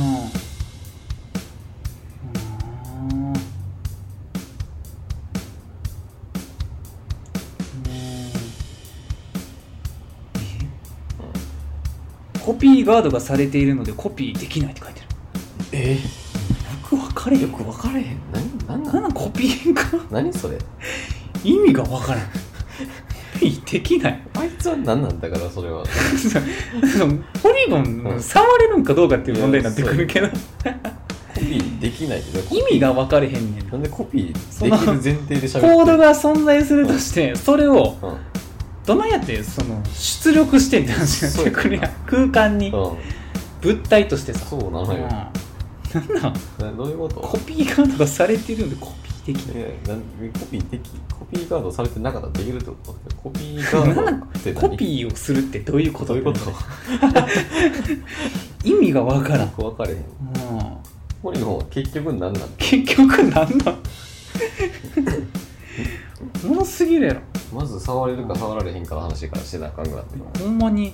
コピーガードがされているのでコピーできないって書いてる。よく分かれへん。 よく分かれへん。 何コピーか。 何それ。 意味が分からん。コピーできない。 あいつは何なんだからそれは。 ポリゴン触れるんかどうかっていう問題になってくるけど。 コピーできないって意味が分かれへんねん。 なんでコピーできる前提で喋ってる。 コードが存在するとして、それをどないやって出力してんって話になってくるやん。空間に物体としてさ。 そうなのよ。 なんなんどういうこと？ コピーガードがされてるんでコピーできない。 コピーガードされてなかったらできるってこと？コピーガードってコピーをするってどういうこと？どういうこと？意味が分からん。 分かれへん。ポリゴンは結局何なん？ 結局何なんものすぎるやろ。 まず触れるか触られへんかの話からしてなあかんぐらい。 ほんまに。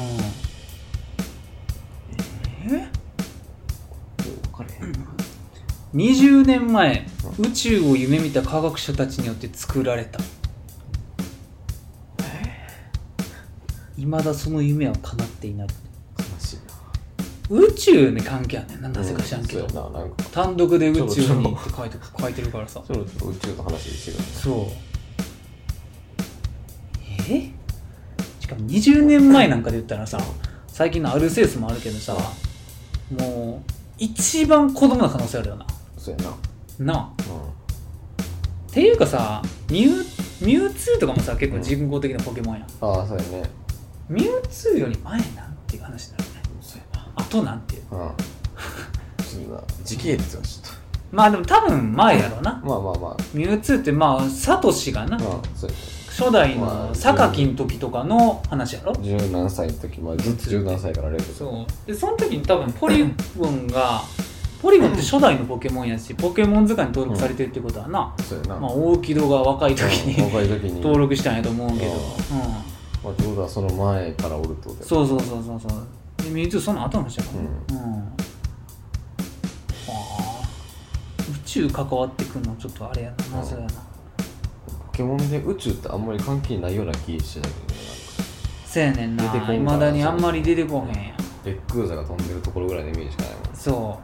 分かれへん。 20年前、宇宙を夢見た科学者たちによって作られた。未だその夢は叶っていない。 悲しいな。 宇宙に関係あんねんな、なぜか知らんけど、 そうやな、なんか単独で宇宙にって書いてるからさ。 ちょっと宇宙の話してる。 そうしかも20年前なんかで言ったらさ、最近のアルセウスもあるけどさ、もう一番子供な可能性あるよな。 そうやな。 なあ、っていうかさ、ミュウツーとかもさ、結構人工的なポケモンやん。 ああ、そうやね。 ミュウツーより前なんていう話になるね。 そうやな。 あとなんていう。 ちょっとな、時系列はちょっまあでも多分前やろな。 と。まあまあまあ。 ミュウツーってまあサトシがな、 そうやね。 初代の榊の時とかの話やろ。 十何歳の時までずっと十何歳からレベル。 そうで、その時に多分ポリゴンって初代のポケモンやし、ポケモン図鑑に登録されてるってことはな、 そうやな。 まあ大木戸が若い時に、 若い時に登録したんやと思うけど、 まあってことはその前からおるってことや。 そうで、ミュウツーその後の話やから、宇宙関わってくんのちょっとあれやな、謎やな。 ポケモンで宇宙ってあんまり関係ないような気してたけどね。 せやねんな、 出てこんから未だにあんまり出てこへんやん。 レックウザが飛んでるところぐらいのイメージしかないもん。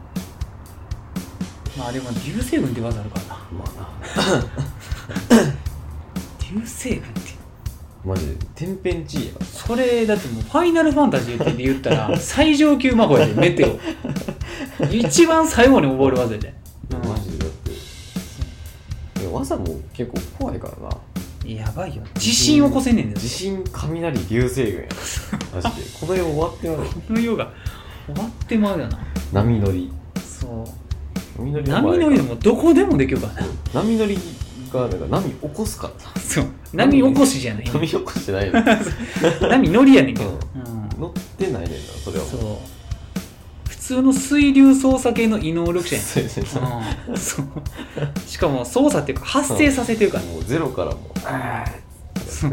そうまあでも流星群って技あるからな。 まあな。 流星群ってマジで天変地異やから。 それだってもうファイナルファンタジーで言ったら最上級魔法やで、メテオ一番最後に覚える技やで。 マジでだって技も結構怖いからな。 やばいよ、地震起こせんねんで。 地震、雷、流星群やマジでこの世終わってまう。 この世が終わってまうよな。 波乗り。 そう波乗りでもどこでもできるからな。 波乗りがなんか波起こすからな。 そう波起こしじゃない波起こしてないの。 波乗りやねんけど、 乗ってないねんな、それはもう。 そう普通の水流操作系の異能力者やねん。そうしかも操作っていうか発生させてるから、 もうゼロからもうそう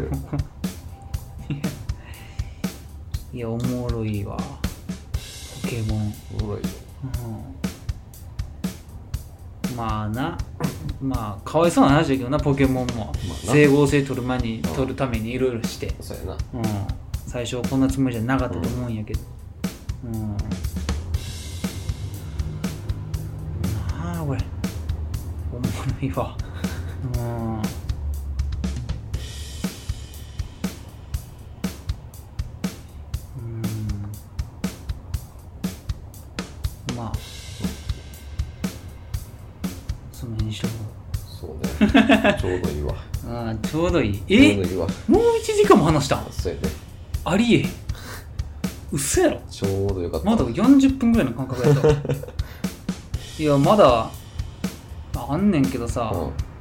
いやおもろいわポケモン。 おもろいよ。 まあな、まあかわいそうな話だけどな、ポケモンも整合性取る前に取るためにいろいろして、 そうやな。 最初はこんなつもりじゃなかったと思うんやけど、なあこれおもろいわ。まあその辺にしとこそうね。ちょうどいいわ。 う。ちょうどいい。 ちょうどいいわ。 もう1時間も話したん？ そうやね。 ありえへん。嘘やろ。 ちょうどよかった。 まだ40分ぐらいの感覚やったいやまだあんねんけどさ、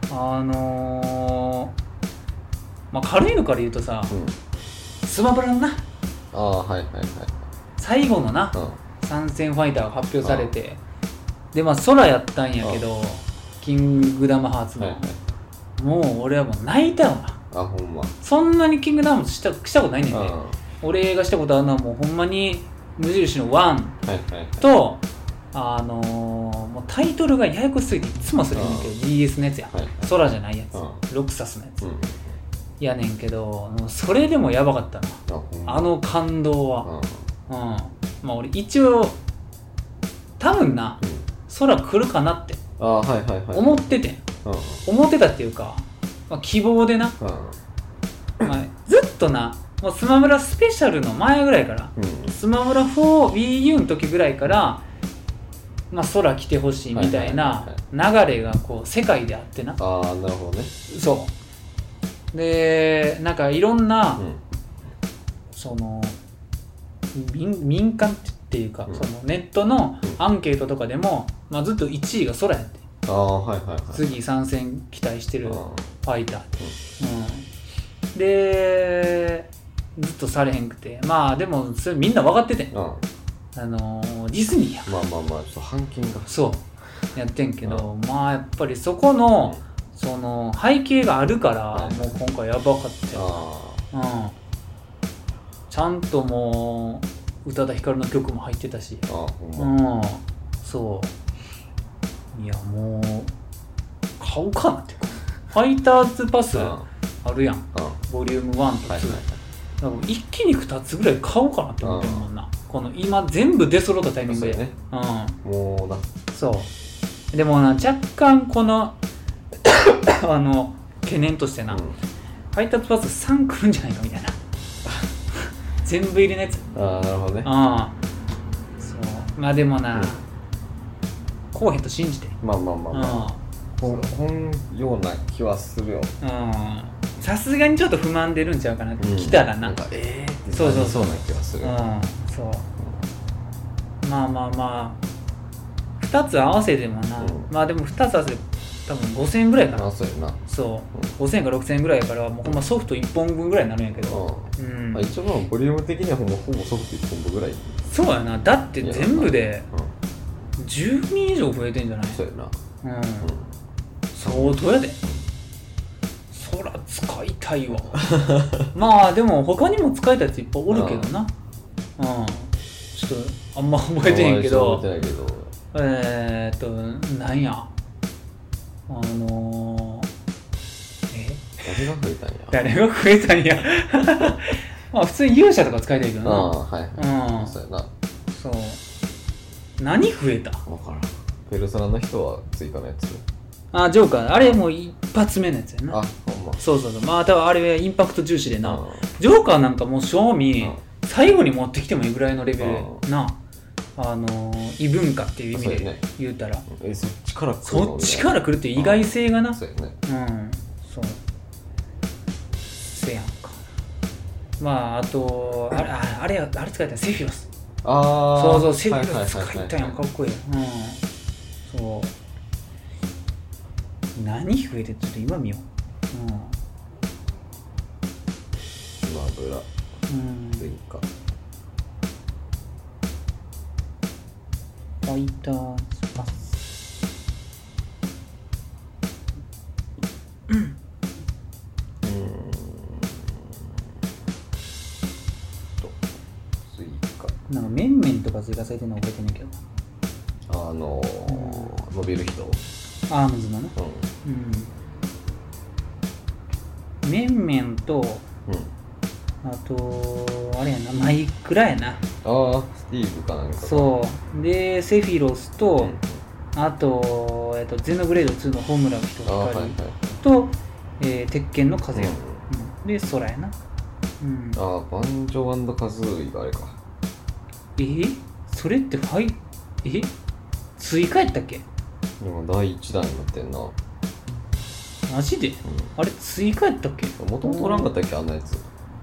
まあ軽いのから言うとさ、スマブラのな、 はいはいはい。 最後のな、参戦ファイターが発表されて、でまあ空やったんやけど、キングダムハーツの、もう俺はもう泣いたよな。 ほんま。 そんなにキングダムしたことないねんね。俺がしたことあるのはもうほんまに無印の1と、もうタイトルがややこしすぎていつもそれ言うんだけど、DS のやつや、空じゃないやつ、ロクサスのやつ、やねんけど、それでもやばかったな、あの感動は。まあ俺一応多分な、空来るかなって思ってて、思ってたっていうか、まあ、希望でな、まあ、ずっとな、もうスマブラスペシャルの前ぐらいから、スマブラ 4WiiU の時ぐらいから、まあ、空来てほしいみたいな流れがこう世界であってな。 なるほどね。 そうで、なんかいろんな、その民間っていうか、そのネットのアンケートとかでも、まあ、ずっと1位が空やって、次参戦期待してるファイター、でずっとされへんくて、まあでもそれみんな分かってて、ディズニーやまあちょっと半径がそうやってんけど、まあやっぱりそこのその背景があるから、もう今回やばかったよ。ちゃんともう宇多田ヒカルの曲も入ってたし、そういやもう買おうかなってファイターズパスあるやん、ボリューム1と2、はいはい、だから一気に2つぐらい買おうかなって思ってるもんな、この今全部出揃ったタイミングで、ね、 もうな、 そうでもな若干この懸念としてな、ファイターズパス3来るんじゃないかみたいな全部入りのやつ。 なるほどね。 そうまあでもな、こうへんと信じて。 まあこんような気はするよ。 さすがにちょっと不満出るんちゃうかなって、来たらな。 なんかってそうな気はする。 そう。まあ2つ合わせてもな、まあでも2つ合わせて多分5000円ぐらいかな。 そうやな。 そう。5000円か6000円ぐらいやから、もうほんまソフト1本分ぐらいになるんやけど。 一応ボリューム的にはほぼソフト1本分ぐらい。 そうやな。だって全部で10人以上増えてんじゃない？ そうやな。 相当やで。そら使いたいわまあでも他にも使いたいやついっぱいおるけどな。ちょっとあんま覚えてへんけど、なんや誰が増えたんやまあ普通に勇者とか使いたいけどな。 そうやな。 そう何増えた？ 分からん。ペルソナの人は追加のやつ。 ジョーカーあれもう一発目のやつやな。 ほんま。 そうまあ多分あれはインパクト重視でな。ジョーカーなんかもう正味最後に持ってきてもいいぐらいのレベルな。異文化っていう意味で言うたら、 そっちから来るっていう意外性がな。 そうやね。 そうせやんか。まああとあれ使いたいセフィロス。そうセフィロス使いたいやん。かっこいい。そう何増えてちょっと今見よう。 今油前科ファイターズパス追加なんかメンメンとか追加されてるの覚えてないけど、 伸びる人アームズのね。メンメンと、あとあれやな、マイクラやな。 スティーブかなんか。 そうでセフィロスと、あと、ゼノブレード2のホムラの人が2人と、鉄拳の風よ、で空やな。 バンジョ&カズーイがあれか。 それって追加やったっけ？ 今第1弾になってんな。 マジで？あれ追加やったっけ？ もともとおらんかったっけ、あんなやつ。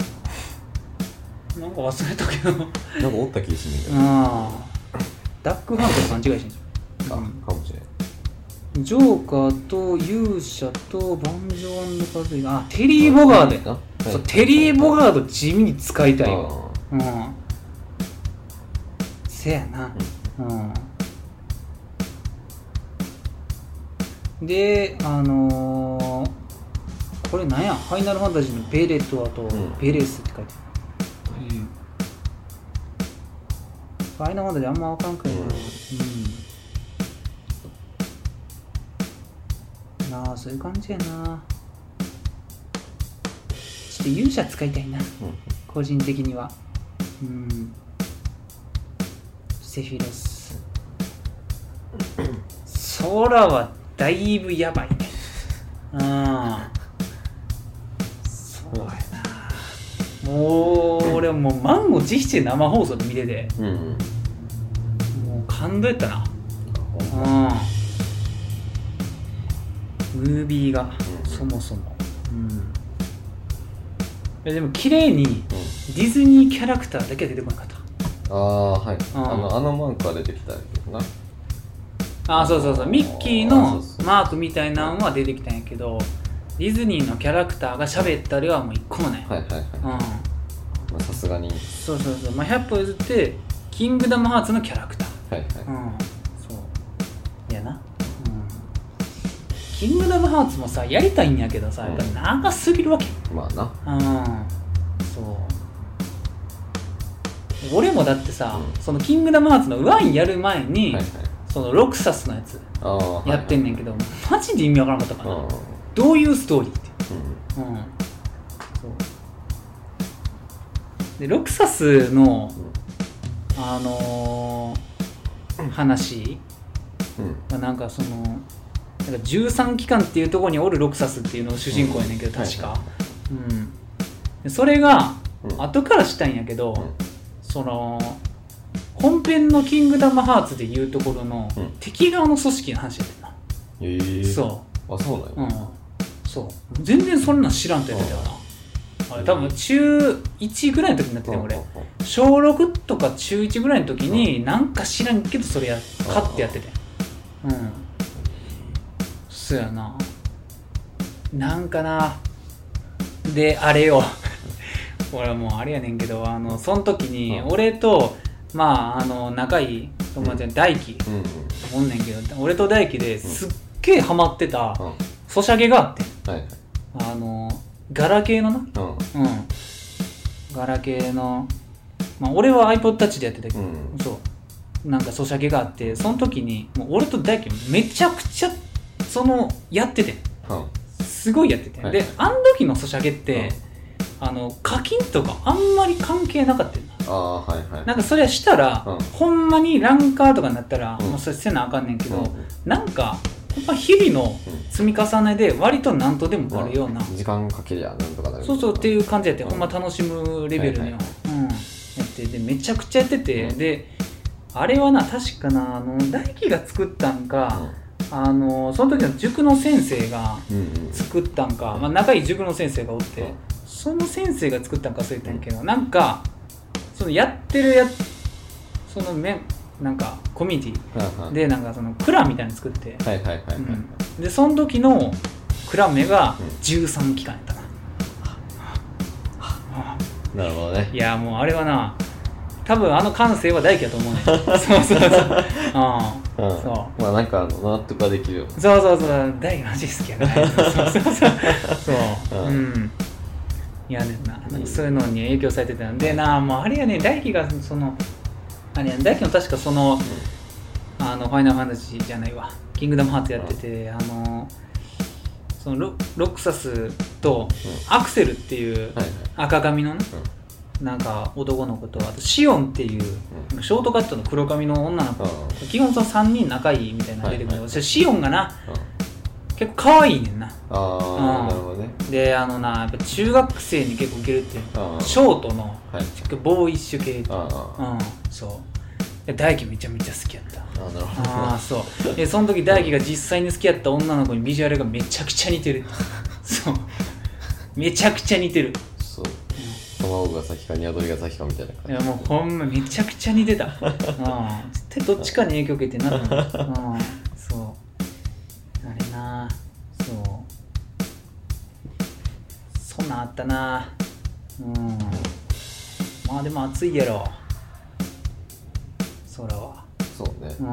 なんか忘れたけどなんかおった気がするんだけど。 ダックハント勘違いしてんじゃん。かもしれん。 ジョーカーと勇者とバンジョ&カズイがテリー・ボガードや。テリー・ボガード地味に使いたいわ。せやな。でこれなんや、ファイナルファンタジーのベレとあとベレスって書いてある。ファイナルファンタジーあんま分かんくないな。そういう感じやな。ちょっと勇者使いたいな、個人的には。セフィロスソラはだいぶやばいね。そうやな。もう俺はもう満を持して生放送で見てて、もう感動やったな。ムービーがそもそも、でも綺麗にディズニーキャラクターだけは出てこなかった。 はい。あのマークは出てきたんやけどな。 そうミッキーのマークみたいなのは出てきたんやけど、ディズニーのキャラクターが喋ったりはもう一個もない。 さすがに。 まあ100歩譲ってキングダムハーツのキャラクター。そうやな。キングダムハーツもさやりたいんやけどさ、やっぱ長すぎるわけ。 まあな。 俺もだってさ、そのキングダムハーツの1やる前に、 そのロクサスのやつやってんねんけど、マジで意味わからなかったかな。どういうストーリーって、そうでロクサスの話はなんかそのなんか13機関っていうところにおるロクサスっていうのを主人公やねんけど、確か、でそれが後からしたんやけど、その本編のキングダムハーツでいうところの敵側の組織の話やってんな。 そうなんや。 そう全然そんなん知らんって言ってたよな。あれ多分中1ぐらいの時になってたよ俺。小6とか中1ぐらいの時になんか知らんけどそれ買ってやってて、そうやな。なんかなであれよ俺はもうあれやねんけど、その時に俺と仲いい友達の大輝おんねんけど、俺と大輝ですっげえハマってたソシャゲがあって、ガラケーのな、ガラケーの、俺は iPod Touch でやってたけど、そうなんかソシャゲがあって、その時にもう俺と大輝めちゃくちゃやってて、すごいやってて、であの時のソシャゲって、課金とかあんまり関係なかったよな。なんかそれはしたら、ほんまにランカーとかになったら、もうそれせなあかんねんけど、なんかほんま日々の積み重ねで割と何とでもなるような、 時間かけりゃなんとかなる。 そうっていう感じやって、ほんま楽しむレベルには、やってでめちゃくちゃやってて、であれはな確かな大輝が作ったんか、その時の塾の先生が作ったんか、仲いい塾の先生がおって、その先生が作ったんかそう言ったんやけど、なんかそのやってるそのなんかコミュニティでなんかそのクランみたいに作って、でその時のクラン名が13機関やったな。 なるほどね。 いやもうあれはな多分感性は大輝だと思うねそうなんか納得はできるよ。 そう大輝マジ好きやからそういやねんな、なんかそういうのに影響されてたんでな、もうあれやね、大輝があれや大輝の確かファイナルファンタジーじゃないわ、キングダムハーツやってて、そのロクサスとアクセルっていう赤髪のね、なんか男の子と、あとシオンっていうショートカットの黒髪の女の子、基本その3人仲いいみたいなの出てくる。シオンがな結構可愛いねんな。 なるほどね。 でやっぱ中学生に結構ウケるっていう、ショートのボーイッシュ系って、そうで大輝めちゃめちゃ好きやった。 なるほど。 そうでその時大輝が実際に好きやった女の子にビジュアルがめちゃくちゃ似てるそうめちゃくちゃ似てる。 そう卵が先か鶏が先かみたいな感じ。 いやもうほんまめちゃくちゃ似てた絶対どっちかに影響受けてなそうあれな、そんなんあったな。でも暑いやろ空は。 そうね。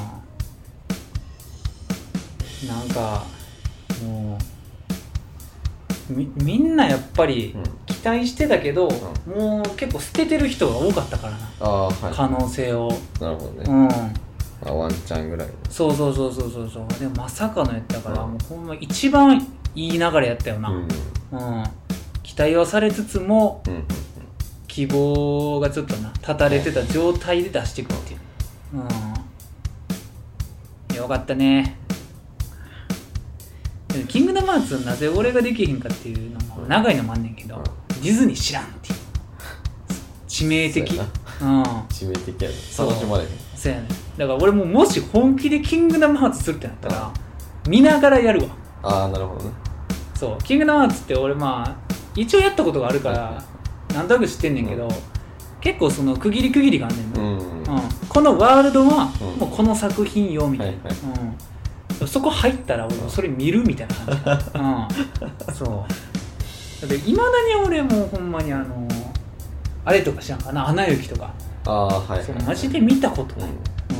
なんかもうみんなやっぱり期待してたけど、もう結構捨ててる人が多かったからな、可能性を。 なるほどね。ワンチャンぐらい。 そうでもまさかのやったから、もうほんま一番いい流れやったよな。期待はされつつも、希望がちょっとな断たれてた状態で出していくっていう、よかったね。キングダムハーツなぜ俺ができへんかっていうのも長いのもあんねんけど、ディズニー知らんっていう致命的。 致命的やね。楽しまれへん。 そうやね。だから俺もし本気でキングダムハーツするってなったら、見ながらやるわ。 なるほどね。 そうキングダムハーツって俺一応やったことがあるからなんとなく知ってんねんけど、結構その区切りがあんねんな。このワールドはもうこの作品よみたいな。そこ入ったら俺それ見るみたいな感じ。そうでいまだに俺もほんまにあれとか知らんかな、アナ雪とか。そうマジで見たことない。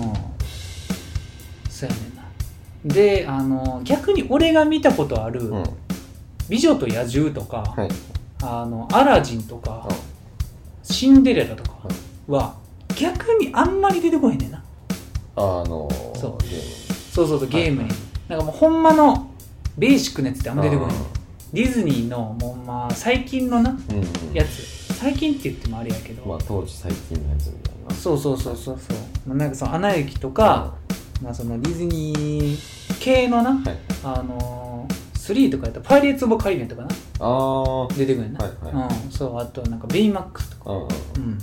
そうやねんな。で逆に俺が見たことある美女と野獣とか、アラジンとか、シンデレラとかは逆にあんまり出てこへんねんな。 そうゲームそうゲームに、なんかもうほんまのベーシックなやつってあんま出てこない。ディズニーのもうまあ最近のな、やつ、最近って言ってもあれやけど、 まあ当時最近のやつみたいな。 そうなんかそのアナ雪とか、まあそのディズニー系のな、3とかやったらパイレーツ・オブ・カリビアンとかな出てくるな、そうあとなんかベイマックスとか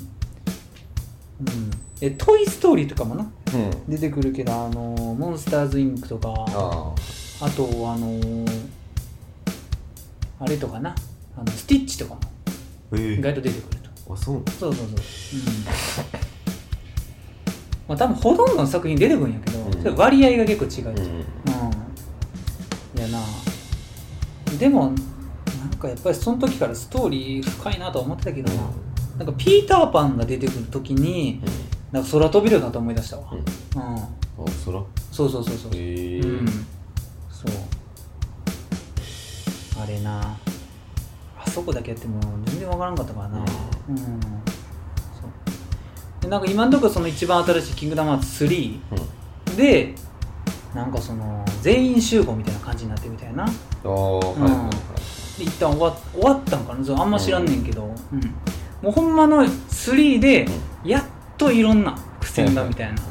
でトイ・ストーリーとかもな、出てくるけどモンスターズ・インクとかあとあれとかなスティッチとかも意外と出てくると。 そうまあ多分ほとんどの作品出てくるんやけど、それ割合が結構違うと。いやなでもなんかやっぱりその時からストーリー深いなと思ってたけどな、なんかピーターパンが出てくる時に、なんか空飛べるなと思い出したわ。 空？ そうそうあれなあそこだけやっても全然わからんかったからな。そうでなんか今のところその一番新しいキングダムハーツ3で、なんかその全員集合みたいな感じになってるみたいな。で一旦終わったんかな、あんま知らんねんけど、もうほんまの3でやっといろんな苦戦だみたいな。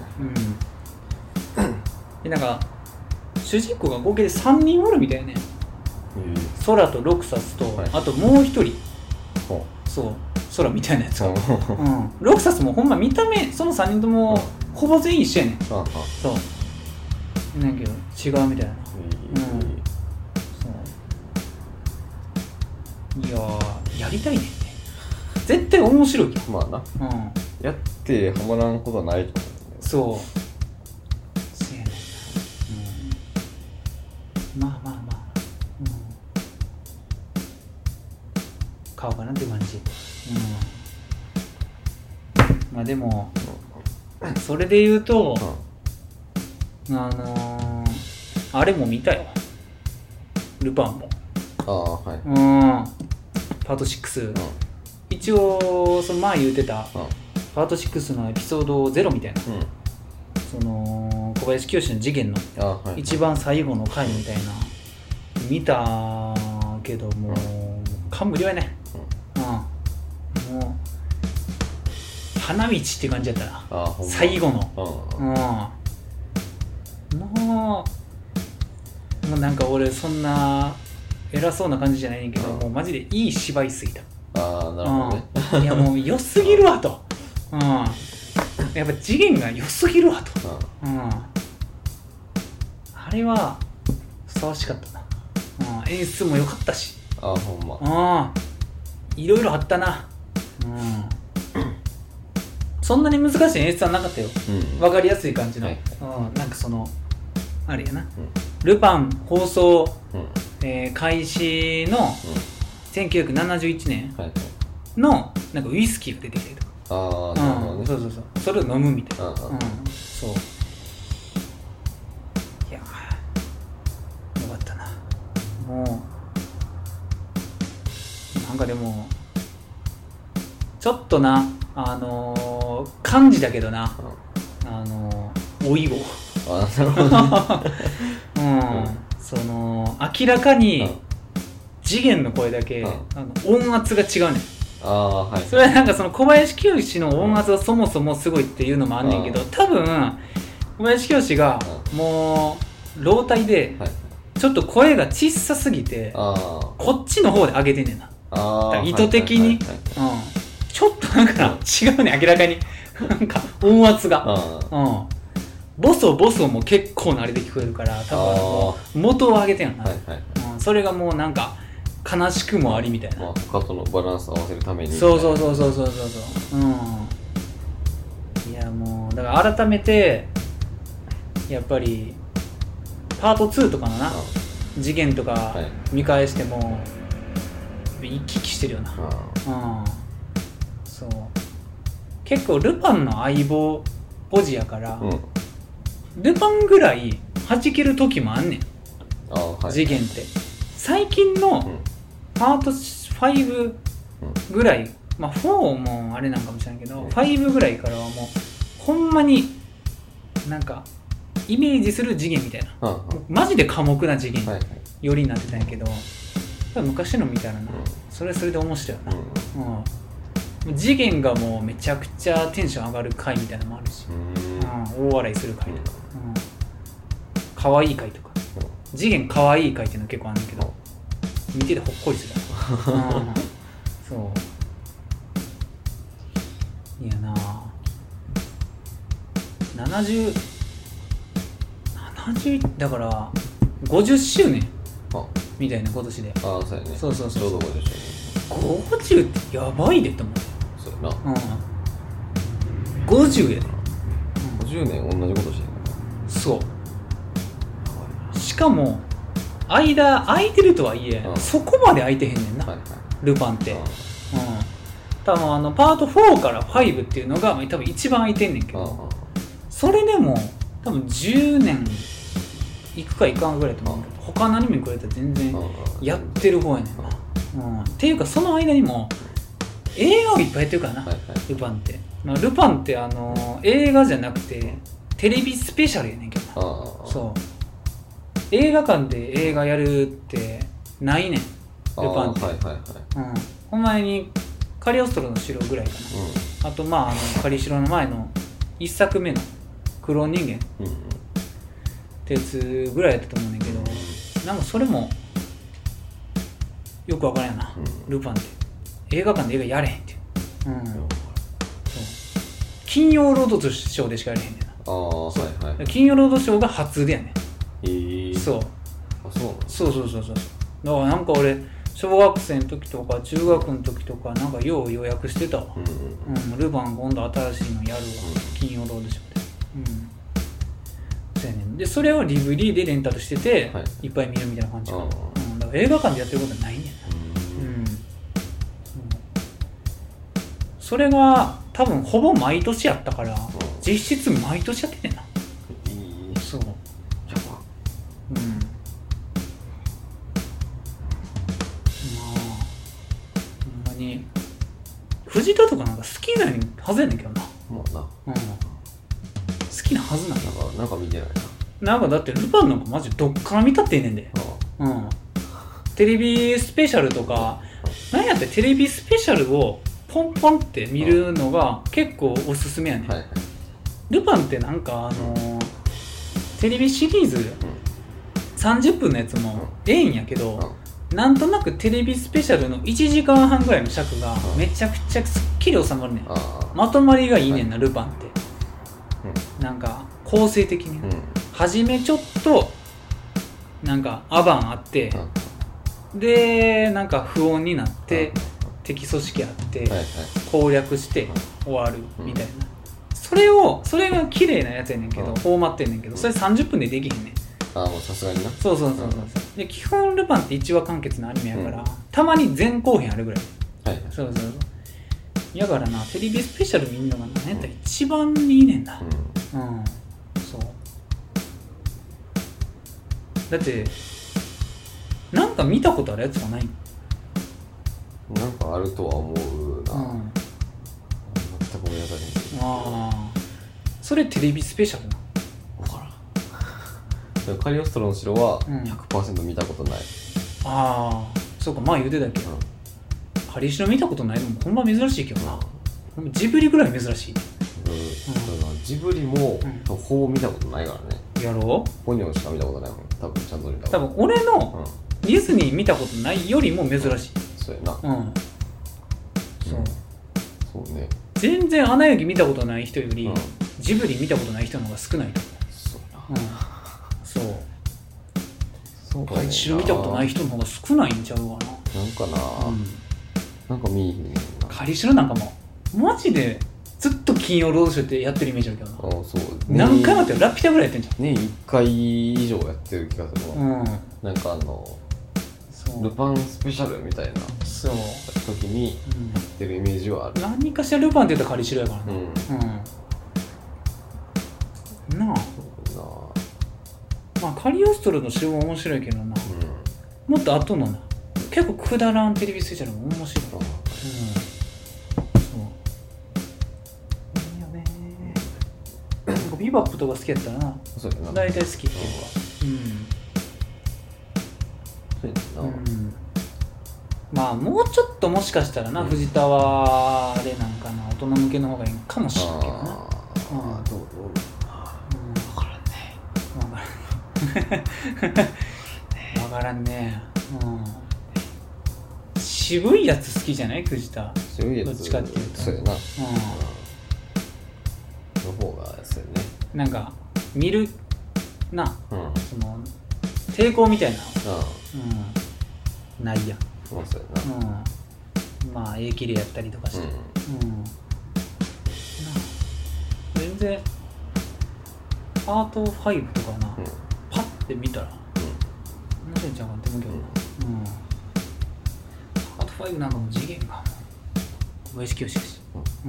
でなんか主人公が合計で3人おるみたいね。空とロクサスと、あともう一人、そう空みたいなやつが、ロクサスもほんま見た目その3人ともほぼ全員一緒やねん。そうなんやけど違うみたいな。いややりたいねんね。絶対面白いけど。 まあな、やってハマらんことはないと思うね。 そうやねんな。まあ買おうかなって感じ。まあでもそれで言うと、あれも見たよ、ルパンも。パート6、一応その前言うてたパート6のエピソード0みたいな、その小林清志の次元の一番最後の回みたいな、見たけどもう感無量やね。もう花道って感じやったな、最後の。もうなんか俺そんな偉そうな感じじゃないねんけど、もうマジでいい芝居すぎた。 なるほどね。 いやもう良すぎるわと。やっぱ次元が良すぎるわと。あれはふさわしかったな。演出も良かったし。 ほんま。 いろいろあったな。そんなに難しい演出はなかったよ。わかりやすい感じの。なんかそのあれやな。ルパン放送、開始の1971年のなんかウイスキーが出てきたりとか。そうそれを飲むみたいな。そういやよかったな。もうなんかでもちょっとな漢字だけどな、老いをその明らかに次元の声だけ、音圧が違うねん。それはなんかその小林清の音圧はそもそもすごいっていうのもあんねんけど、多分小林清がもう老体でちょっと声が小さすぎてこっちの方で上げてんねんな、意図的に。ちょっとなんか違うね、明らかになんか音圧がボソボソも結構なあれで聞こえるから、多分元を上げてんやんな。それがもうなんか悲しくもありみたいな、 他とのバランスを合わせるために。 そういやもうだから改めてやっぱりパート2とかのな、次元とか見返しても生き生きしてるよな。そう結構ルパンの相棒ポジやから、ルパンぐらい弾ける時もあんねん、次元って。最近のパート5ぐらい、4もあれなんかもしれないけど、5ぐらいからはもうほんまになんかイメージする次元みたいな、 うんうん、 マジで寡黙な次元、 はいはい、 よりになってたんやけど、昔の見たらな、それはそれで面白いよな、うん、次元がもうめちゃくちゃテンション上がる回みたいなのもあるし、大笑いする回とか、可愛い回とか、次元可愛い回っていうの結構あるんだけど、見ててほっこりするそういやな70だから50周年みたいな今年で、 ああそうやね、 そうそうそう、 ちょうど50周 50ってやばいでと思う。 そうやな、 50やで、 50年同じことしてるのか。 そうしかも間空いてるとはいえ、そこまで空いてへんねんな、はいはい、ルパンって、多分パート4から5っていうのが多分一番空いてんねんけど、それでも多分10年いくかいかんぐらいと思うけど、他のアニメに比べたら全然やってる方やねんな、っていうかその間にも映画をいっぱいやってるからな、はいはい、ルパンって、ルパンって映画じゃなくてテレビスペシャルやねんけどな、そう映画館で映画やるってないねんルパンって、はいはいはい、ほんまにカリオストロの城ぐらいかな、あとカリシロの前の1作目のクローン人間ってやつぐらいやったと思うねんけど、なんかそれもよくわからんやな、ルパンって映画館で映画やれへんって、そう金曜ロードショーでしかやれへんねんな、はいはい、金曜ロードショーが初でやねん、そうだからなんか俺小学生の時とか中学の時とかなんかよう予約してたわ、ルパン今度新しいのやるわ、金曜ロードショーで、そうやねんで、それを DVD でレンタルしてて、はい、いっぱい見るみたいな感じかな、だから映画館でやってることはないねんな、それが多分ほぼ毎年やったから、実質毎年やってんねんな、そうほんまに藤田とかなんか好きなはずやねんけどな、好きなはずなんか見てないな、なんかだってルパンなんかマジどっから見たっていいねんで、テレビスペシャルとか、なんやってテレビスペシャルをポンポンって見るのが結構おすすめやねん、はいはい、ルパンってなんかテレビシリーズ、30分のやつもええんやけど、なんとなくテレビスペシャルの1時間半ぐらいの尺がめちゃくちゃすっきり収まるねん、まとまりがいいねんな、ルパンって、なんか構成的に、初めちょっとなんかアバンあって、でなんか不穏になって、敵組織あって、攻略して終わるみたいな、それが綺麗なやつやねんけど、フォーマってんねんけど、それ30分でできへんねん、 もうさすがにな、 そうで基本ルパンって1話完結のアニメやから、たまに前後編あるぐらい、そうやからな、テレビスペシャル見んのがなんやったら一番いいねんな、そうだってなんか見たことあるやつがないの？ なんかあるとは思うな、全く思い当たりない。 それテレビスペシャルな、 分からん。カリオストロの城は 100% 見たことない、 そうか、前言うてたけど、カリシロ見たことないのもほんま珍しいけどな、ジブリぐらい珍しい、 ジブリも、ほぼ見たことないからね。 やろう、 ポニョンしか見たことないもん、多分ちゃんと見たこと。 多分俺のディズニー見たことないよりも珍しい、 そうやな、そうね、 全然アナ雪見たことない人より、ジブリ見たことない人の方が少ないと思う。そうカリシロ見たことない人の方が少ないんちゃうかな。 なんかな、なんか見えへんな。 カリシロなんかもうマジでずっと金曜ロードショーってやってるイメージあるけどな。 そう何回もやってる、ラピュタぐらいやってんじゃん。 年1回以上やってる気がするわ、なんかルパンスペシャルみたいな時にやってるイメージはある。 何かしらルパンって言ったらカリシロやからな、なあ、カリオストロの城も面白いけどな、もっと後のな結構くだらんテレビスペシャルも面白い、そういいよね。 ビバップとか好きやったらな、 そうやな。 大体好きっていうか、 そうやな。 まあもうちょっともしかしたらな、藤田はあれなんかな、大人向けの方がいいかもしれんけどな。 どう分からんね。渋いやつ好きじゃない藤田。 渋いやつ。 どっちかっていうと。 そうやな。の方がそうやね。 なんか見るな、 その抵抗みたいなの、ないやん。 そうやな。 まあ綺麗やったりとかして、全然パート5とかな、パッて見たら面白いんちゃうかなって思うけどな。パート5なんかもう次元がもう上式よしやし、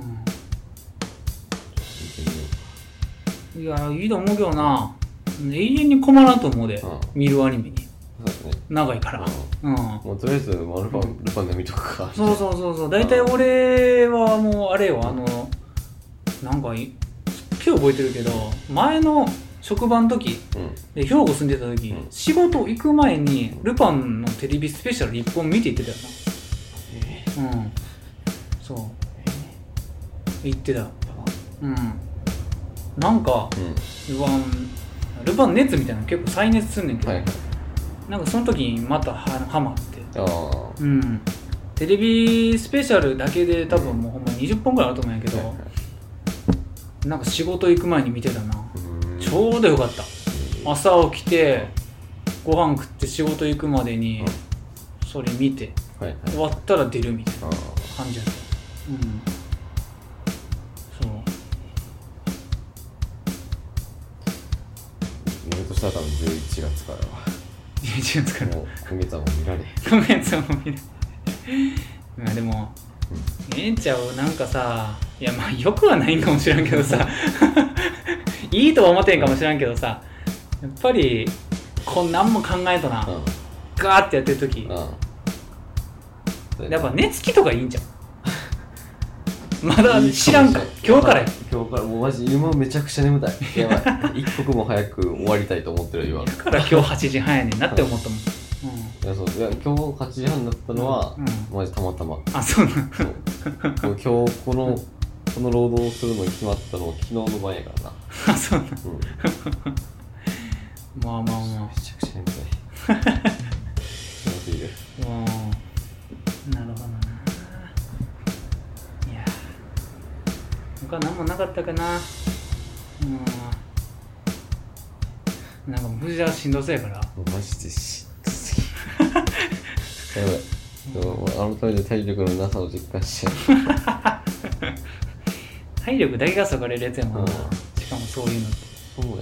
いやいいと思うけどな、永遠に困らんと思うで、見るアニメに。長いから、 もうとりあえずルパンで見とくか。 そう大体俺はもうあれよ、なんか今日覚えてるけど、前の職場の時、で兵庫住んでた時、仕事行く前にルパンのテレビスペシャル1本見て行ってたよな。そう行ってた。なんか、ルパン熱みたいなの結構再熱すんねんけど、なんかその時にまたハマって、テレビスペシャルだけで多分もうほんま20本ぐらいあると思うんやけど、なんか仕事行く前に見てたな。ちょうどよかった。朝起きてご飯食って仕事行くまでにそれ見て、終わったら出るみたいな感じやった。そう見るとしたら多分11月からは。 11月からもう今月はもう見られへん。 今月はもう見ないまあでも、ええんちゃう、なんかさ、いやまあよくはないんかもしれんけどさいいとは思ってんかもしれんけどさ、やっぱりこんなんも考えとな、ガーってやってる時、やっぱ寝つきとかいいんじゃんまだ知らんか、今日からもうマジ今めちゃくちゃ眠たい。やばい、一刻も早く終わりたいと思ってる今。 だから今日8時半やねんなって思ったもん。 いや今日8時半だったのは、マジたまたま。 あ、そうなの。 今日この労働をするのに決まったのは昨日の晩やからな。 あ、そうなの。まあめちゃくちゃ眠たい。眠すぎる。 なるほどな。いや他何もなかったかな。なんか藤田はしんどそうやから。 マジでしんどすぎやばい。改めて体力のなさを実感して体力だけがそがれるやつやもんな。しかもそういうのって。 そうやね。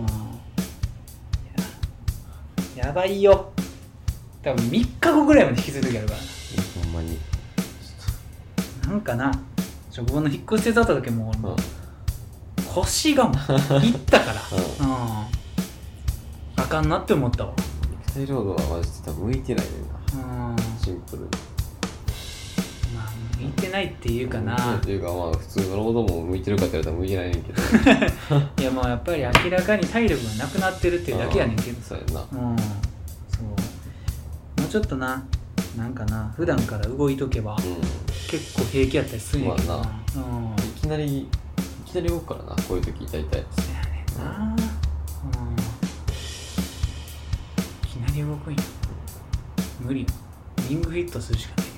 やばいよ。多分3日後ぐらいまで引きずる時あるからな。 ほんまになんかな、職場の引っ越し手伝った時も腰がもういったからあかんなって思ったわ。 肉体労働はマジで多分向いてないねんな。シンプルにまあ向いてないっていうかな、 っていうかまあ普通の労働も向いてるかって言われたら向いてないねんけどいやもうやっぱり明らかに体力がなくなってるっていうだけやねんけど、 そうやな。 そうもうちょっとな、なんかな、普段から動いとけば、結構平気やったりするんやけどな。いきなり動くからな、こういう時大体。 そうやねんな。いきなり動くんや。無理よ。リングフィットするしかないよ。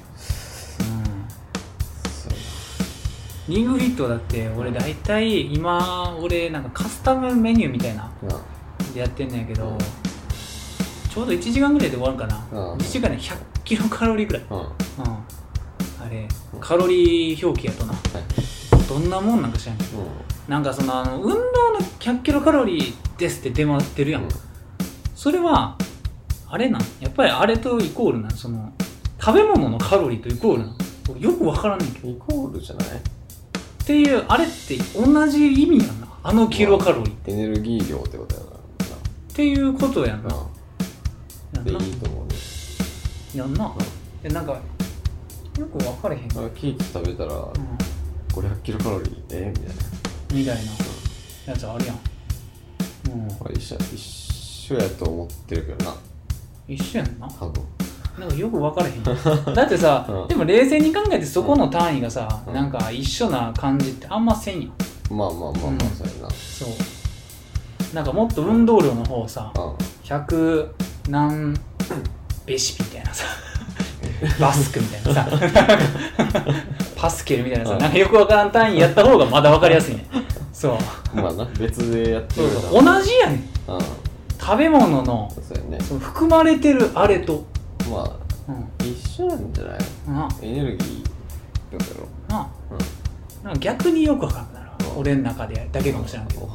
リングフィットだって俺大体今なんかカスタムメニューみたいなでやってんねんやけど、ちょうど1時間ぐらいで終わるかな。1時間で100キロカロリーぐらい。あれカロリー表記やとな、どんなもんなんか知らんけど、なんかその運動の100キロカロリーですって出回ってるやん。それはあれなん、やっぱりあれとイコールな、その食べ物のカロリーとイコールな、よくわからんねんけど。 イコールじゃないっていう、あれって同じ意味やんな、あのキロカロリーって、 エネルギー量ってことやなっていうことやんな。 でいいと思うね。 やんな。なんかよく分かれへん。 ケーキ食べたら500キロカロリーみたいな。 みたいな。 やつあるやん。 一緒やと思ってるけどな。 一緒やんな。 多分なんかよく分からへんだってさ、でも冷静に考えてそこの単位がさ、なんか一緒な感じってあんませんやん。 まあそうやな。 そうなんかもっと運動量の方さ、100何ベシピみたいなさバスクみたいなさパスケルみたいなさ、なんかよく分からん単位やった方がまだ分かりやすいね。そうまあな、別でやってるそう同じやねん。食べ物のそうやね、 その含まれてるあれとまあ、一緒なんじゃない？エネルギーどうだろうなんか逆によく分かんないな、俺の中でだけかもしれんけど。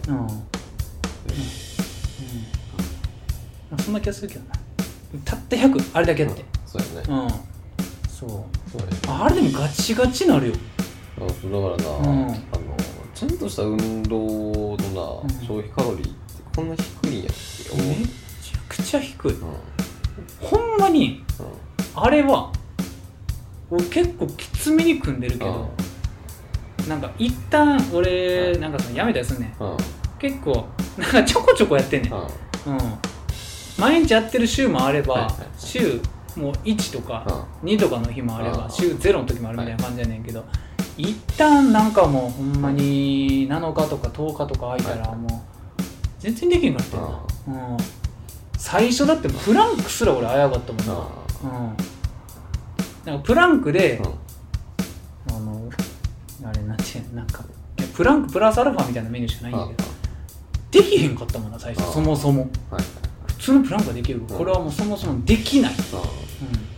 そんな気がするけどな。たった100あれだけやって。 そうやね。 そうあれでもガチガチなるよ。 だからな、ちゃんとした運動のな、消費カロリーってこんな低いんやって思う。 めちゃくちゃ低い。ほんまに、あれは俺結構きつめに組んでるけど、なんか一旦俺なんかそのやめたりすんねん。結構なんかちょこちょこやってんねん。毎日やってる週もあれば、週もう1とか2とかの日もあれば、週0の時もあるみたいな感じやねんけど、一旦なんかもうほんまに7日とか10日とか空いたらもう全然できんかったよな。最初だってプランクすら俺危うかったもんな。なんかプランクで、あれなんてなんかプランクプラスアルファみたいなメニューしかないんだけど、できへんかったもんな最初。そもそも普通のプランクができる、これはもうそもそもできない。